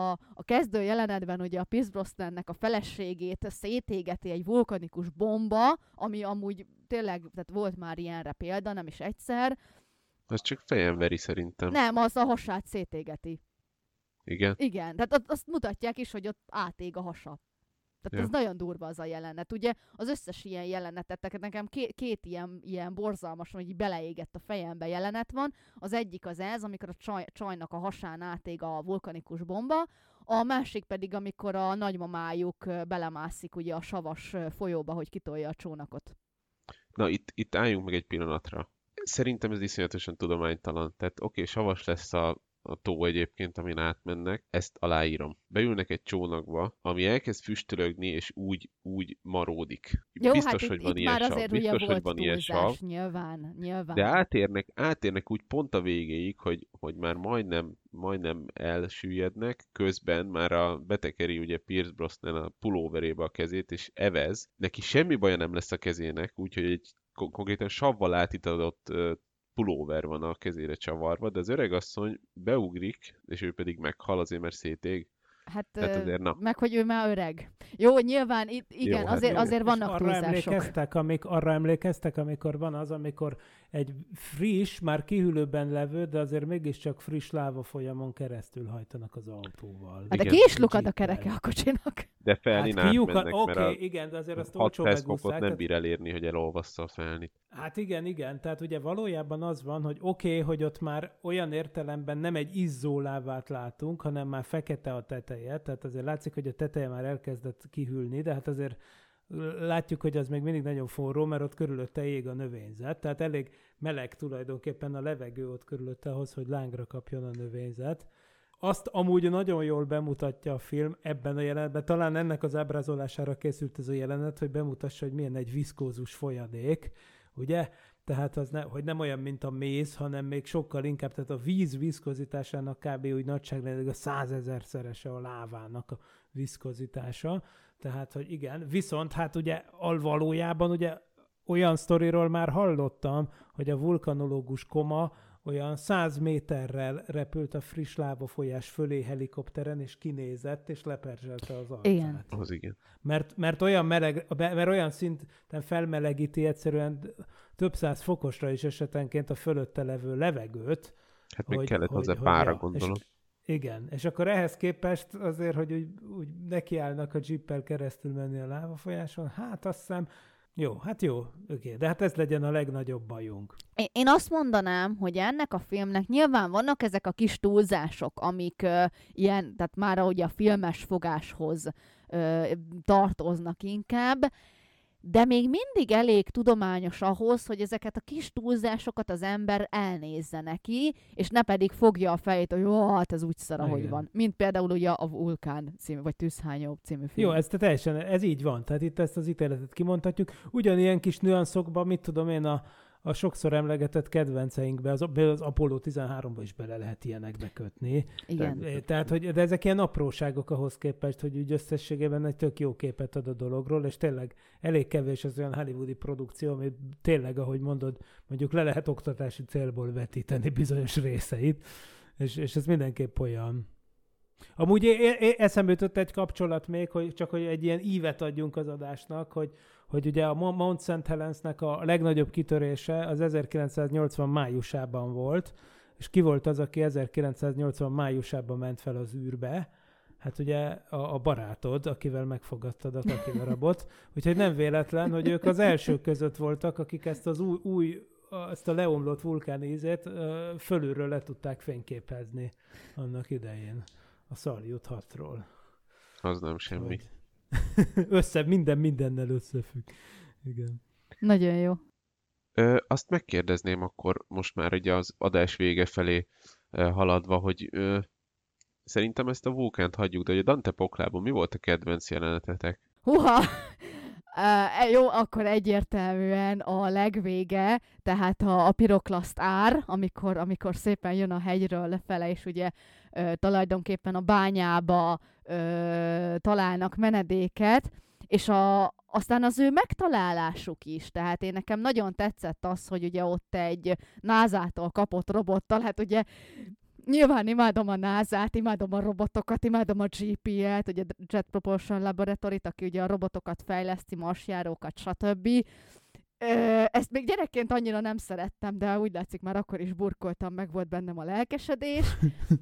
a kezdő jelenetben ugye a Pierce Brosnannek a feleségét szétégeti egy vulkanikus bomba, ami amúgy tényleg, tehát volt már ilyenre példa, nem is egyszer. Az csak fejen veri szerintem. Nem, az a hasát szétégeti. Igen? Igen, tehát azt mutatják is, hogy ott átég a hasa. Tehát ez nagyon durva az a jelenet. Ugye az összes ilyen jelenetet, nekem két ilyen borzalmas, hogy beleégett a fejembe jelenet van. Az egyik az ez, amikor a csajnak a hasán átég a vulkanikus bomba, a másik pedig, amikor a nagymamájuk belemászik ugye a savas folyóba, hogy kitolja a csónakot. Na, itt álljunk meg egy pillanatra. Szerintem ez iszonyatosan tudománytalan. Tehát oké, savas lesz a tó egyébként, amin átmennek, ezt aláírom. Beülnek egy csónakba, ami elkezd füstölögni, és úgy maródik. Jó, biztos, hát hogy itt van ilyen már sav. azért Biztos, ugye hogy volt van ilyen sav. túlzás, nyilván. De átérnek úgy pont a végéig, hogy már majdnem elsüllyednek, közben már betekeri ugye Pierce Brosnan a pulóverébe a kezét, és evez. Neki semmi baja nem lesz a kezének, úgyhogy egy konkrétan savval átitatott pulóver van a kezére csavarva, de az öregasszony beugrik, és ő pedig meghal azért, mert szétég. Hát azért, meg, hogy ő már öreg. Jó, nyilván itt, igen, jó, azért vannak túlzások. Arra emlékeztek, amikor van az, amikor egy friss, már kihűlőben levő, de azért mégiscsak friss láva folyamon keresztül hajtanak az autóval. Hát de ki is lukad a kereke a kocsinak. De felnin átmennek, mert igen, de azért azt olcsó 6 perc nem bír elérni, hogy elolvassza a felnit. Hát igen, tehát ugye valójában az van, hogy oké, hogy ott már olyan értelemben nem egy izzó lávát látunk, hanem már fekete a teteje, tehát azért látszik, hogy a teteje már elkezdett kihűlni, de hát azért látjuk, hogy az még mindig nagyon forró, mert ott körülötte ég a növényzet, tehát elég meleg tulajdonképpen a levegő ott körülötte ahhoz, hogy lángra kapjon a növényzet. Azt amúgy nagyon jól bemutatja a film ebben a jelenetben, talán ennek az ábrázolására készült ez a jelenet, hogy bemutassa, hogy milyen egy viszkózus folyadék, ugye? Tehát az hogy nem olyan, mint a méz, hanem még sokkal inkább, tehát a víz viszkozitásának kb. Úgy nagyságrendileg a 100 000-szerese a lávának a viszkozitása. Tehát, hogy igen, viszont hát ugye valójában ugye olyan sztoriról már hallottam, hogy a vulkanológus Koma olyan 100 méterrel repült a friss lávafolyás fölé helikopteren, és kinézett, és leperzselte az arcát. Igen. Az igen. Mert olyan meleg, mert olyan szinten felmelegíti egyszerűen több száz fokosra is esetenként a fölötte levő levegőt. Hát még kellett hozzá pára, gondolom. Igen, és akkor ehhez képest azért, hogy úgy nekiállnak a jeeppel keresztül menni a lávafolyáson, hát azt hiszem, jó, oké, de hát ez legyen a legnagyobb bajunk. Én azt mondanám, hogy ennek a filmnek nyilván vannak ezek a kis túlzások, amik ilyen, tehát már ugye a filmes fogáshoz tartoznak inkább, de még mindig elég tudományos ahhoz, hogy ezeket a kis túlzásokat az ember elnézze neki, és ne pedig fogja a fejét, hogy jó, hát ez úgy szar, ahogy van. Mint például ugye a Vulkán című, vagy Tűzhányó című film. Jó, ez így van. Tehát itt ezt az ítéletet kimondhatjuk. Ugyanilyen kis nüanszokban, mit tudom én, a sokszor emlegetett kedvenceinkbe, az Apollo 13-ba is bele lehet ilyenekbe kötni. Igen. Tehát, de ezek ilyen apróságok ahhoz képest, hogy úgy összességében egy tök jó képet ad a dologról, és tényleg elég kevés az olyan hollywoodi produkció, ami tényleg, ahogy mondod, mondjuk le lehet oktatási célból vetíteni bizonyos részeit. és ez mindenképp olyan. Amúgy eszembe jutott egy kapcsolat még, hogy csak hogy egy ilyen ívet adjunk az adásnak, hogy ugye a Mount St. Helensnek a legnagyobb kitörése az 1980 májusában volt, és ki volt az, aki 1980 májusában ment fel az űrbe? Hát ugye a barátod, akivel megfogadtad a kakidarabot. Úgyhogy nem véletlen, hogy ők az elsők között voltak, akik ezt az ezt a leomlott vulkánízét fölülről le tudták fényképezni annak idején. A Salyut 6-ról. Az nem semmi. Mindennel összefügg. Igen. Nagyon jó. Azt megkérdezném akkor most már ugye az adás vége felé haladva, hogy szerintem ezt a vulkánt hagyjuk, de hogy a Dante poklában mi volt a kedvenc jelenetetek? Húha! Jó, akkor egyértelműen a legvége, tehát a piroklaszt ár, amikor szépen jön a hegyről lefele, és ugye tulajdonképpen a bányába találnak menedéket, és aztán az ő megtalálásuk is, tehát nekem nagyon tetszett az, hogy ugye ott egy NASA-tól kapott robottal, hát ugye nyilván imádom a NASA-t, imádom a robotokat, imádom a GP-et, ugye Jet Propulsion Laboratory-t, aki ugye a robotokat fejleszti, marsjárókat, stb. Ezt még gyerekként annyira nem szerettem, de úgy látszik már akkor is burkoltam, meg volt bennem a lelkesedés.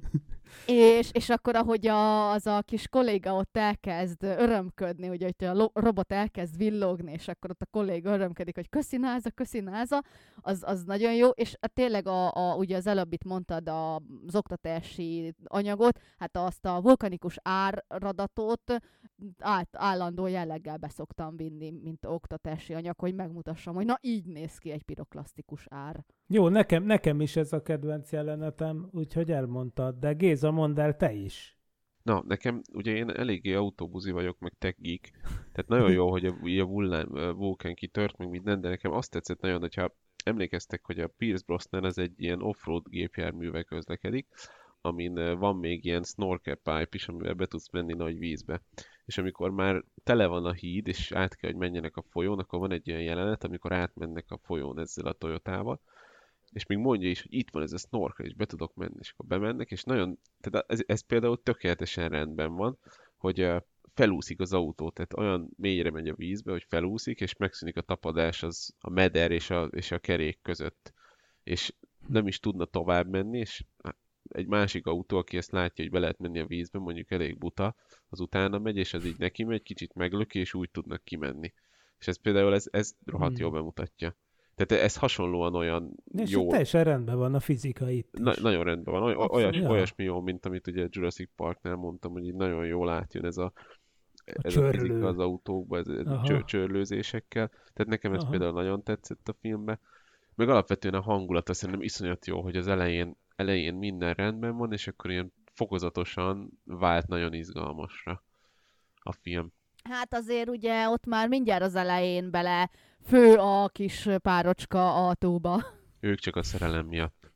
és akkor, ahogy az a kis kolléga ott elkezd örömködni, ugye, hogy a robot elkezd villogni, és akkor ott a kolléga örömködik, hogy köszi NASA, az nagyon jó, és tényleg ugye az előbbit mondtad az oktatási anyagot, hát azt a vulkanikus áradatot állandó jelleggel beszoktam vinni, mint oktatási anyag, hogy megmutassam, hogy na így néz ki egy piroklasztikus ár. Jó, nekem is ez a kedvenc jelenetem, úgyhogy elmondtad, de Géza, mondd el te is. Na, nekem, ugye én eléggé autóbuzi vagyok, meg tech geek, tehát nagyon jó, hogy a vulkán kitört, meg minden, de nekem azt tetszett nagyon, hogyha emlékeztek, hogy a Pierce Brosnan az egy ilyen offroad gépjárművel közlekedik, amin van még ilyen snorkel pipe is, amivel be tudsz menni nagy vízbe. És amikor már tele van a híd, és át kell, hogy menjenek a folyón, akkor van egy olyan jelenet, amikor átmennek a folyón ezzel a Toyotával, és még mondja is, hogy itt van ez a snorkel, és be tudok menni, és akkor bemennek, és nagyon, tehát ez például tökéletesen rendben van, hogy felúszik az autó, tehát olyan mélyre megy a vízbe, hogy felúszik, és megszűnik a tapadás az a meder és a kerék között. És nem is tudna tovább menni, és egy másik autó, aki ezt látja, hogy be lehet menni a vízbe, mondjuk elég buta, az utána megy, és az így neki megy, kicsit meglöki, és úgy tudnak kimenni. És ez például ez rohadt jól bemutatja. Tehát ez hasonlóan olyan és jó. Teljesen rendben van a fizika itt is. Nagyon rendben van. Olyasmi jó, mint amit ugye Jurassic Parknál mondtam, hogy így nagyon jól átjön ez a fizika az autókba, ez csörlőzésekkel. Tehát nekem ez például nagyon tetszett a filmben. Meg alapvetően a hangulata szerintem iszonyat jó, hogy az elején minden rendben van, és akkor ilyen fokozatosan vált nagyon izgalmasra a film. Hát azért ugye ott már mindjárt az elején bele fő a kis párocska a tóba. Ők csak a szerelem miatt.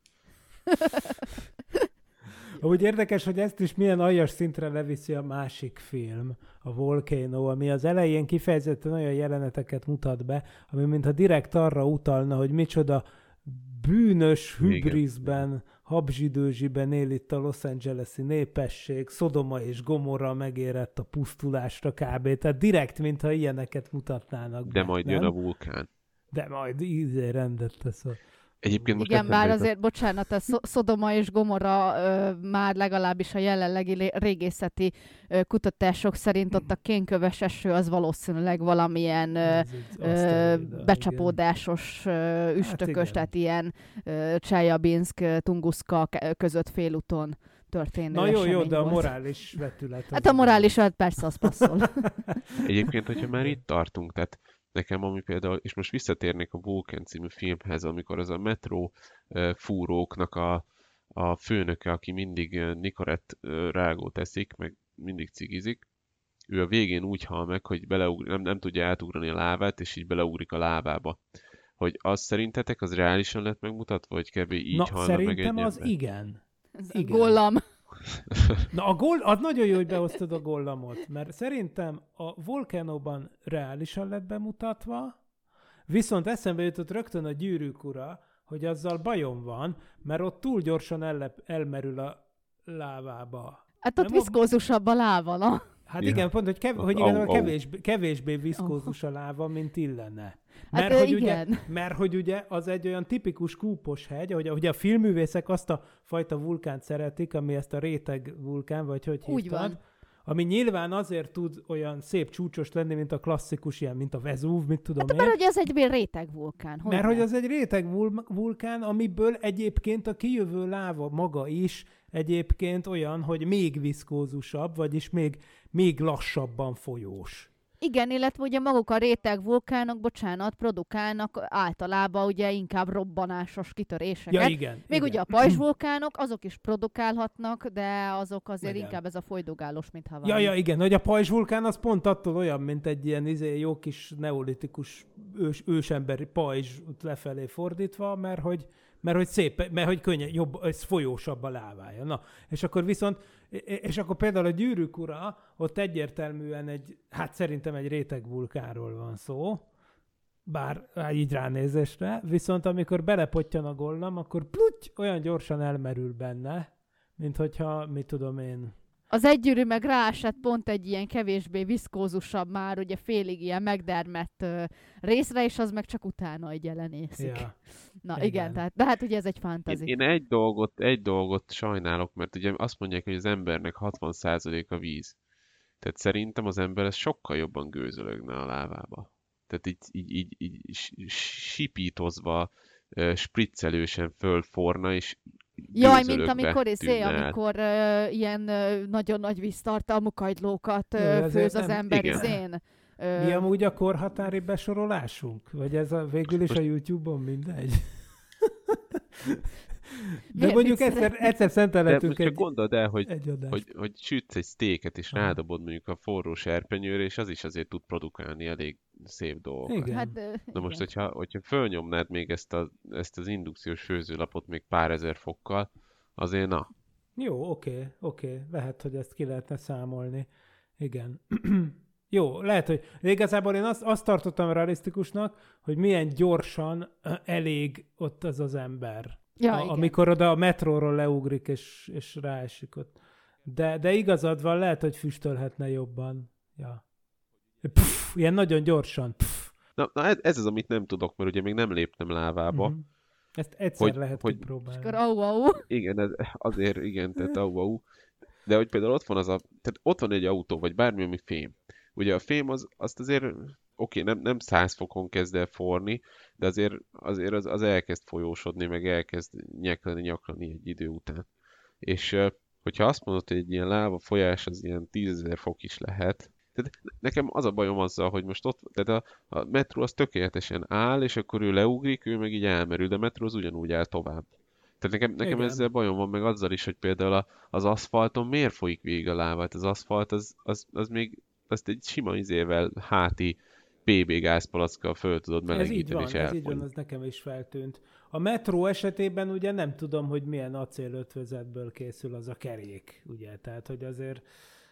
Úgy érdekes, hogy ezt is milyen aljas szintre leviszi a másik film, a Volcano, ami az elején kifejezetten olyan jeleneteket mutat be, ami mintha direkt arra utalna, hogy micsoda bűnös hübrizben, habzsidőzsiben él itt a Los Angeles-i népesség, Szodoma és Gomorra megérett a pusztulásra kb. Tehát direkt, mintha ilyeneket mutatnának be. De majd jön a vulkán. De majd rendet tesz a... Egyébként most igen, bár azért, bocsánat, a Szodoma és Gomorra már legalábbis a jelenlegi régészeti kutatások szerint ott a kénköves eső az valószínűleg valamilyen becsapódásos üstökös, hát tehát ilyen Cseljabinszk, Tunguszka között félúton történő esemény volt. De a morális vetület... Hát a morális, persze az passzol. Egyébként, hogyha már itt tartunk, tehát nekem, ami például, és most visszatérnék a Vulcan című filmhez, amikor az a metró fúróknak a főnöke, aki mindig Nicorette rágót eszik, meg mindig cigizik, ő a végén úgy hal meg, hogy nem tudja átugrani a lávát, és így beleugrik a lávába. Hogy az szerintetek az reálisan lett megmutatva, hogy kb. Így halna meg egy ember? Szerintem az igen. Igen. Gollam. Na, az nagyon jó, hogy behoztad a Gollamot, mert szerintem a Volcanoban reálisan lett bemutatva, viszont eszembe jutott rögtön a Gyűrűk ura, hogy azzal bajom van, mert ott túl gyorsan elmerül a lávába. Hát ott viszkózusabb a láva, na? Hát igen, pont, hogy kevésbé viszkózus a láva, mint illene. Mert hogy ugye az egy olyan tipikus kúpos hegy, hogy a filmművészek azt a fajta vulkánt szeretik, ami ezt a réteg vulkán, vagy hogy hívtad, ami nyilván azért tud olyan szép csúcsos lenni, mint a klasszikus, ilyen, mint a Vezúv, mit tudom én. Mert hogy ez egy réteg vulkán. Hogy az egy réteg vulkán, amiből egyébként a kijövő láva maga is egyébként olyan, hogy még viszkózusabb, vagyis még lassabban folyós. Igen, illetve ugye maguk a réteg vulkánok, produkálnak általában ugye inkább robbanásos kitöréseket. Ja, igen. Még ugye a pajzsvulkánok, azok is produkálhatnak, de azok azért inkább ez a folydogálós, mint Hawaii. Ja, igen, hogy a pajzsvulkán az pont attól olyan, mint egy ilyen jó kis neolitikus ősemberi pajzs lefelé fordítva, mert hogy szép, mert hogy könnyen, jobb, ez folyósabb a lávája. Na, és akkor például a Gyűrűk ura, ott egyértelműen szerintem egy réteg vulkánról van szó, bár így ránézésre, viszont amikor belepottyan a Gollum, akkor olyan gyorsan elmerül benne, mint hogyha, mit tudom én... Az egygyűrű meg ráesett pont egy ilyen kevésbé viszkózusabb, már ugye félig ilyen megdermett részre, és az meg csak utána így jelenészik. Ja. Na igen, de hát ugye ez egy fantasy. Én egy dolgot sajnálok, mert ugye azt mondják, hogy az embernek 60% a víz. Tehát szerintem az ember ez sokkal jobban gőzölögne a lávába. Tehát így sipítozva, spriccelősen fölforna, és jaj, mint amikor ilyen nagyon nagy víztartalmú kagylókat főz az ember izén. Mi amúgy a korhatári besorolásunk? Vagy ez végül is a YouTube-on mindegy? De mondjuk egyszer szentelhetünk csak gondold el, hogy sütsz egy sztéket, és rádobod mondjuk a forró serpenyőre, és az is azért tud produkálni elég szép dolgokat. Igen. Hát, na most, hogyha fölnyomnád még ezt az indukciós főzőlapot még pár ezer fokkal, azért na. Jó, oké. Lehet, hogy ezt ki lehetne számolni. Igen. Jó, lehet, hogy igazából én azt tartottam realisztikusnak, hogy milyen gyorsan elég ott az ember. Ja, amikor oda a metróról leugrik, és ráesik ott. De igazad van, lehet, hogy füstölhetne jobban. Ja. Ilyen nagyon gyorsan. Na, ez az, amit nem tudok, mert ugye még nem léptem lávába. Mm-hmm. Ezt egyszer lehet kipróbálni. És akkor Igen, tehát au. De hogy például ott van egy autó, vagy bármi, ami fém. Ugye a fém azt azért, nem 100 fokon kezd el forni, de azért az elkezd folyósodni, meg elkezd nyaklani egy idő után. És hogyha azt mondod, hogy egy ilyen láva folyás az ilyen 10 000 fok is lehet, tehát nekem az a bajom azzal, hogy most ott, tehát a metró az tökéletesen áll, és akkor ő leugrik, ő meg így elmerül, de a metró az ugyanúgy áll tovább. Tehát nekem ezzel bajom van, meg azzal is, hogy például az aszfalton miért folyik végig a láva? Hát az aszfalt az még azt egy sima izével háti PB gázpalackkal föl tudod melegíteni, és ez így van, az nekem is feltűnt. A metró esetében ugye nem tudom, hogy milyen acélötvözetből készül az a kerék, ugye, tehát hogy azért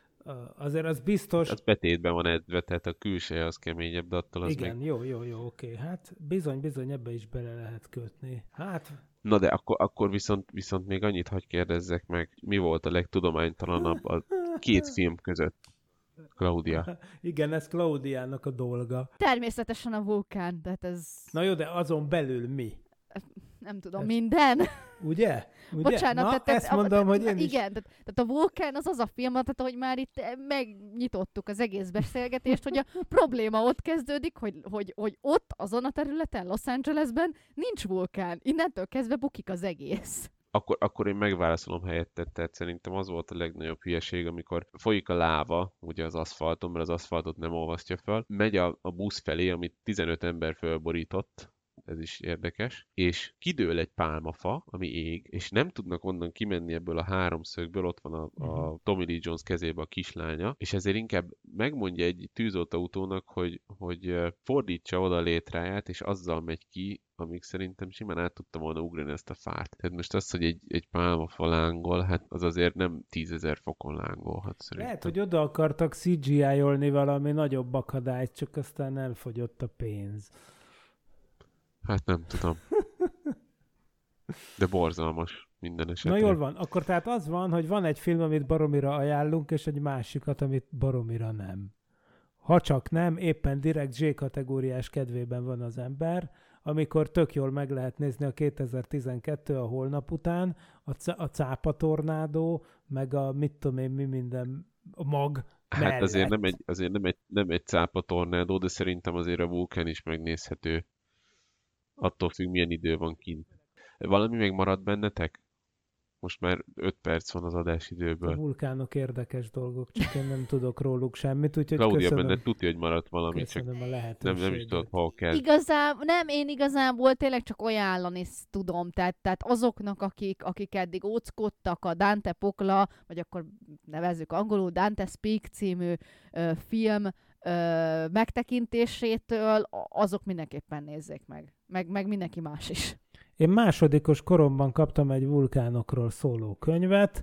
az biztos... Az betétben van edzve, tehát a külseje az keményebb, de attól az igen, jó, oké. Hát bizony ebbe is bele lehet kötni. Hát... Na de akkor viszont még annyit hadd kérdezzek meg, mi volt a legtudománytalanabb a két film között? Claudia. Igen, ez Claudiának a dolga. Természetesen a vulkán, tehát ez... Na jó, de azon belül mi? Nem tudom, minden. Ugye? Bocsánat, na, ezt mondom, hogy én is... Igen, tehát a vulkán az a film, tehát ahogy már itt megnyitottuk az egész beszélgetést, hogy a probléma ott kezdődik, hogy ott, azon a területen, Los Angelesben nincs vulkán. Innentől kezdve bukik az egész. Akkor én megválaszolom helyettet, tehát szerintem az volt a legnagyobb hülyeség, amikor folyik a láva, ugye az aszfalton, mert az aszfaltot nem olvasztja fel, megy a busz felé, amit 15 ember fölborított, ez is érdekes, és kidől egy pálmafa, ami ég, és nem tudnak onnan kimenni ebből a háromszögből, ott van a Tommy Lee Jones kezébe a kislánya, és ezért inkább megmondja egy tűzoltóautónak, hogy fordítsa oda a létráját, és azzal megy ki, amíg szerintem simán át tudtam volna ugrani ezt a fát. Tehát most az, hogy egy pálmafa lángol, hát az azért nem 10 000 fokon lángolhat szerintem. Lehet, hogy oda akartak CGI-olni valami nagyobb akadályt, csak aztán elfogyott a pénz. Hát nem tudom. De borzalmas minden esetre. Na jól van, akkor tehát az van, hogy van egy film, amit baromira ajánlunk, és egy másikat, amit baromira nem. Ha csak nem, éppen direkt Z-kategóriás kedvében van az ember, amikor tök jól meg lehet nézni a 2012 a holnap után, a cápa tornádó, meg a mit tudom én, mi minden, a mag Hát mellett. azért nem egy cápa tornádó, de szerintem azért a vulkán is megnézhető. Attól függ, milyen idő van kint. Valami még maradt bennetek? Most már 5 perc van az A adásidőből. vulkánok érdekes dolgok, csak én nem tudok róluk semmit, úgyhogy Claudia, köszönöm, benned tudja, hogy maradt valami, csak köszönöm a nem lehetőséget. is tudod, hol kell. Én igazából tényleg csak ajánlani tudom, tehát azoknak, akik eddig óckodtak a Dante Pokla, vagy akkor nevezzük angolul Dante Speak című film megtekintésétől, azok mindenképpen nézzék meg mindenki más is. Én másodikos koromban kaptam egy vulkánokról szóló könyvet,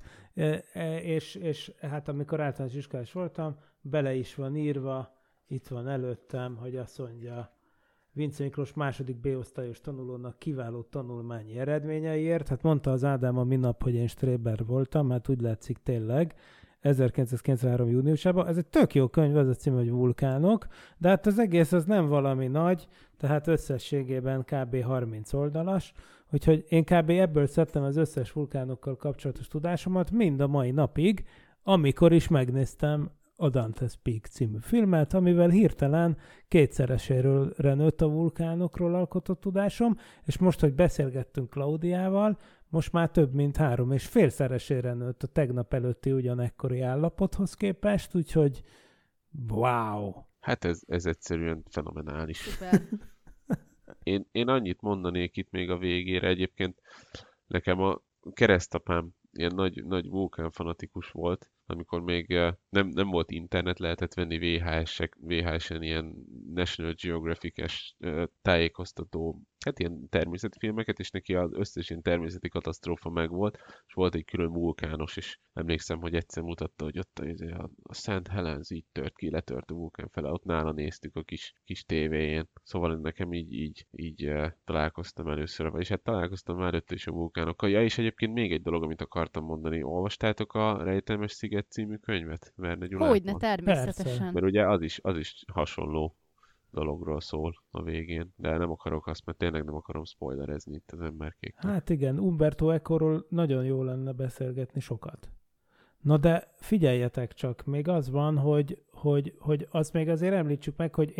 és hát amikor általános iskolás voltam, bele is van írva, itt van előttem, hogy azt mondja, Vince Miklós második B-osztályos tanulónak kiváló tanulmányi eredményeiért. Hát mondta az Ádám a minap, hogy én Stréber voltam, hát úgy látszik tényleg, 1993. júniusában. Ez egy tök jó könyv, az a cím, hogy Vulkánok, de hát az egész az nem valami nagy, tehát összességében kb. 30 oldalas, úgyhogy én kb. Ebből szedtem az összes vulkánokkal kapcsolatos tudásomat mind a mai napig, amikor is megnéztem a Dante Speak című filmet, amivel hirtelen kétszereséről nőtt a vulkánokról alkotott tudásom, és most, hogy beszélgettünk Klaudiával, most már több mint 3,5-szeresére nőtt a tegnap előtti ugyanekkori állapothoz képest, úgyhogy wow! Hát ez egyszerűen fenomenális. Szuper. Én annyit mondanék itt még a végére. Egyébként nekem a keresztapám ilyen nagy vulkánfanatikus volt, amikor még nem volt internet, lehetett venni VHS-en ilyen National Geographic-es tájékoztató, hát ilyen természeti filmeket, és neki az összes ilyen természeti katasztrófa megvolt, és volt egy külön vulkános, és emlékszem, hogy egyszer mutatta, hogy ott a St. Helens így tört ki, letört a vulkán fele, ott nála néztük a kis tévéjén. Szóval nekem így találkoztam először, vagyis hát találkoztam már előtte is a vulkánokkal. Ja, és egyébként még egy dolog, amit akartam mondani. Olvastátok a Rejtelmes Sziget című könyvet? Verne Gyulától? Hogyne, természetesen. Persze. Mert ugye az is hasonló dologról szól a végén, de nem akarok azt, mert tényleg nem akarom spoilerezni itt az emberkéknek. Hát igen, Umberto Ecoról nagyon jó lenne beszélgetni sokat. Na de figyeljetek csak, még az van, hogy azt még azért említsük meg, hogy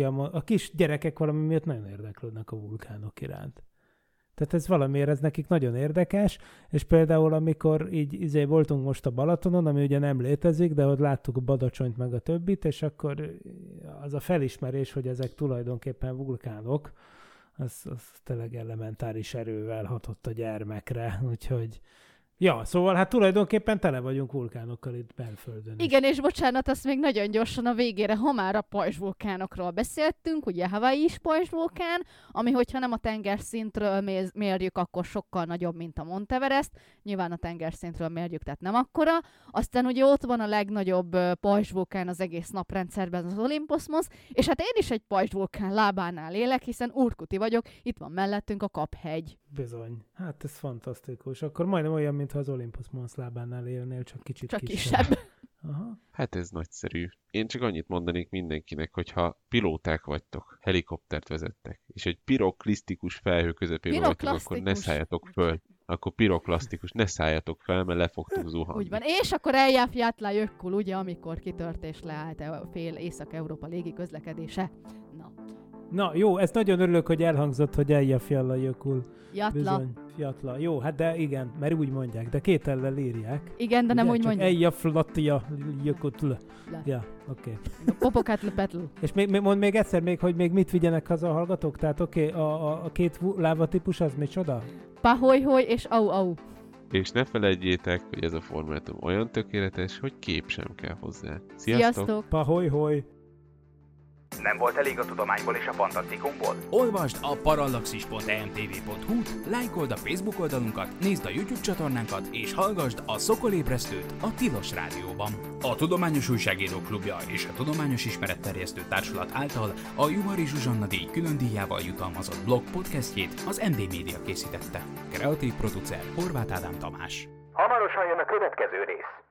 a kis gyerekek valami miatt nagyon érdeklődnek a vulkánok iránt. Tehát ez valamiért, ez nekik nagyon érdekes, és például amikor így voltunk most a Balatonon, ami ugye nem létezik, de ott láttuk a Badacsonyt meg a többit, és akkor az a felismerés, hogy ezek tulajdonképpen vulkánok, az tényleg elementáris erővel hatott a gyermekre, úgyhogy ja, szóval hát tulajdonképpen tele vagyunk vulkánokkal itt belföldön is. Igen, és bocsánat, azt még nagyon gyorsan a végére, ha már a pajzsvulkánokról beszéltünk, ugye Hawaii is pajzsvulkán, ami hogyha nem a tengerszintről mérjük, akkor sokkal nagyobb, mint a Mount Everest. Nyilván a tengerszintről mérjük, tehát nem akkora. Aztán ugye ott van a legnagyobb pajzsvulkán az egész naprendszerben, az Olympus Mons, és hát én is egy pajzsvulkán lábánál élek, hiszen Urkuti vagyok, itt van mellettünk a Kap-hegy. Bizony. Hát ez fantasztikus. Akkor majdnem olyan, mintha az Olympus Mons lábánál élnél, csak kicsit Csak kisebb. kisebb. Aha. Hát ez nagyszerű. Én csak annyit mondanék mindenkinek, hogy ha pilóták vagytok, helikoptert vezettek, és egy piroklisztikus felhő közepén vagytok, akkor ne szálljatok föl. Akkor piroklasztikus, ne szálljatok fel, mert le fogtok zuhanni. Úgy van. És akkor eljárját le jökkül, ugye, amikor kitört és leállt a fél Észak-Európa légi közlekedése. Na. Na jó, ezt nagyon örülök, hogy elhangzott, hogy eljafjalla jökül. Jatla. Bizony, fjatla. Jó, hát de igen, mert úgy mondják, de két ellel írják. Igen, de nem Ugye? úgy Csak mondjuk. eljaflatja jökül. Le. Ja, oké. Popokát lepetl. És mondd még egyszer, hogy még mit vigyenek haza a hallgatók? Tehát a két lávatípus az micsoda? Paholyholy és au-au. És ne felejtjétek, hogy ez a formátum olyan tökéletes, hogy kép sem kell hozzá. Sziasztok! Sziasztok! Paholy-holy! Nem volt elég a tudományból és a fantasztikumból? Olvasd a parallaxis.emtv.hu-t, lájkold a Facebook oldalunkat, nézd a YouTube csatornánkat, és hallgasd a Szokolébresztőt a Tilos Rádióban. A Tudományos Újságírók Klubja és a Tudományos Ismeretterjesztő Társulat által a Juhari Zsuzsanna díj külön díjával jutalmazott blog podcastjét az MD Media készítette. Kreatív producer Horváth Ádám Tamás. Hamarosan jön a következő rész.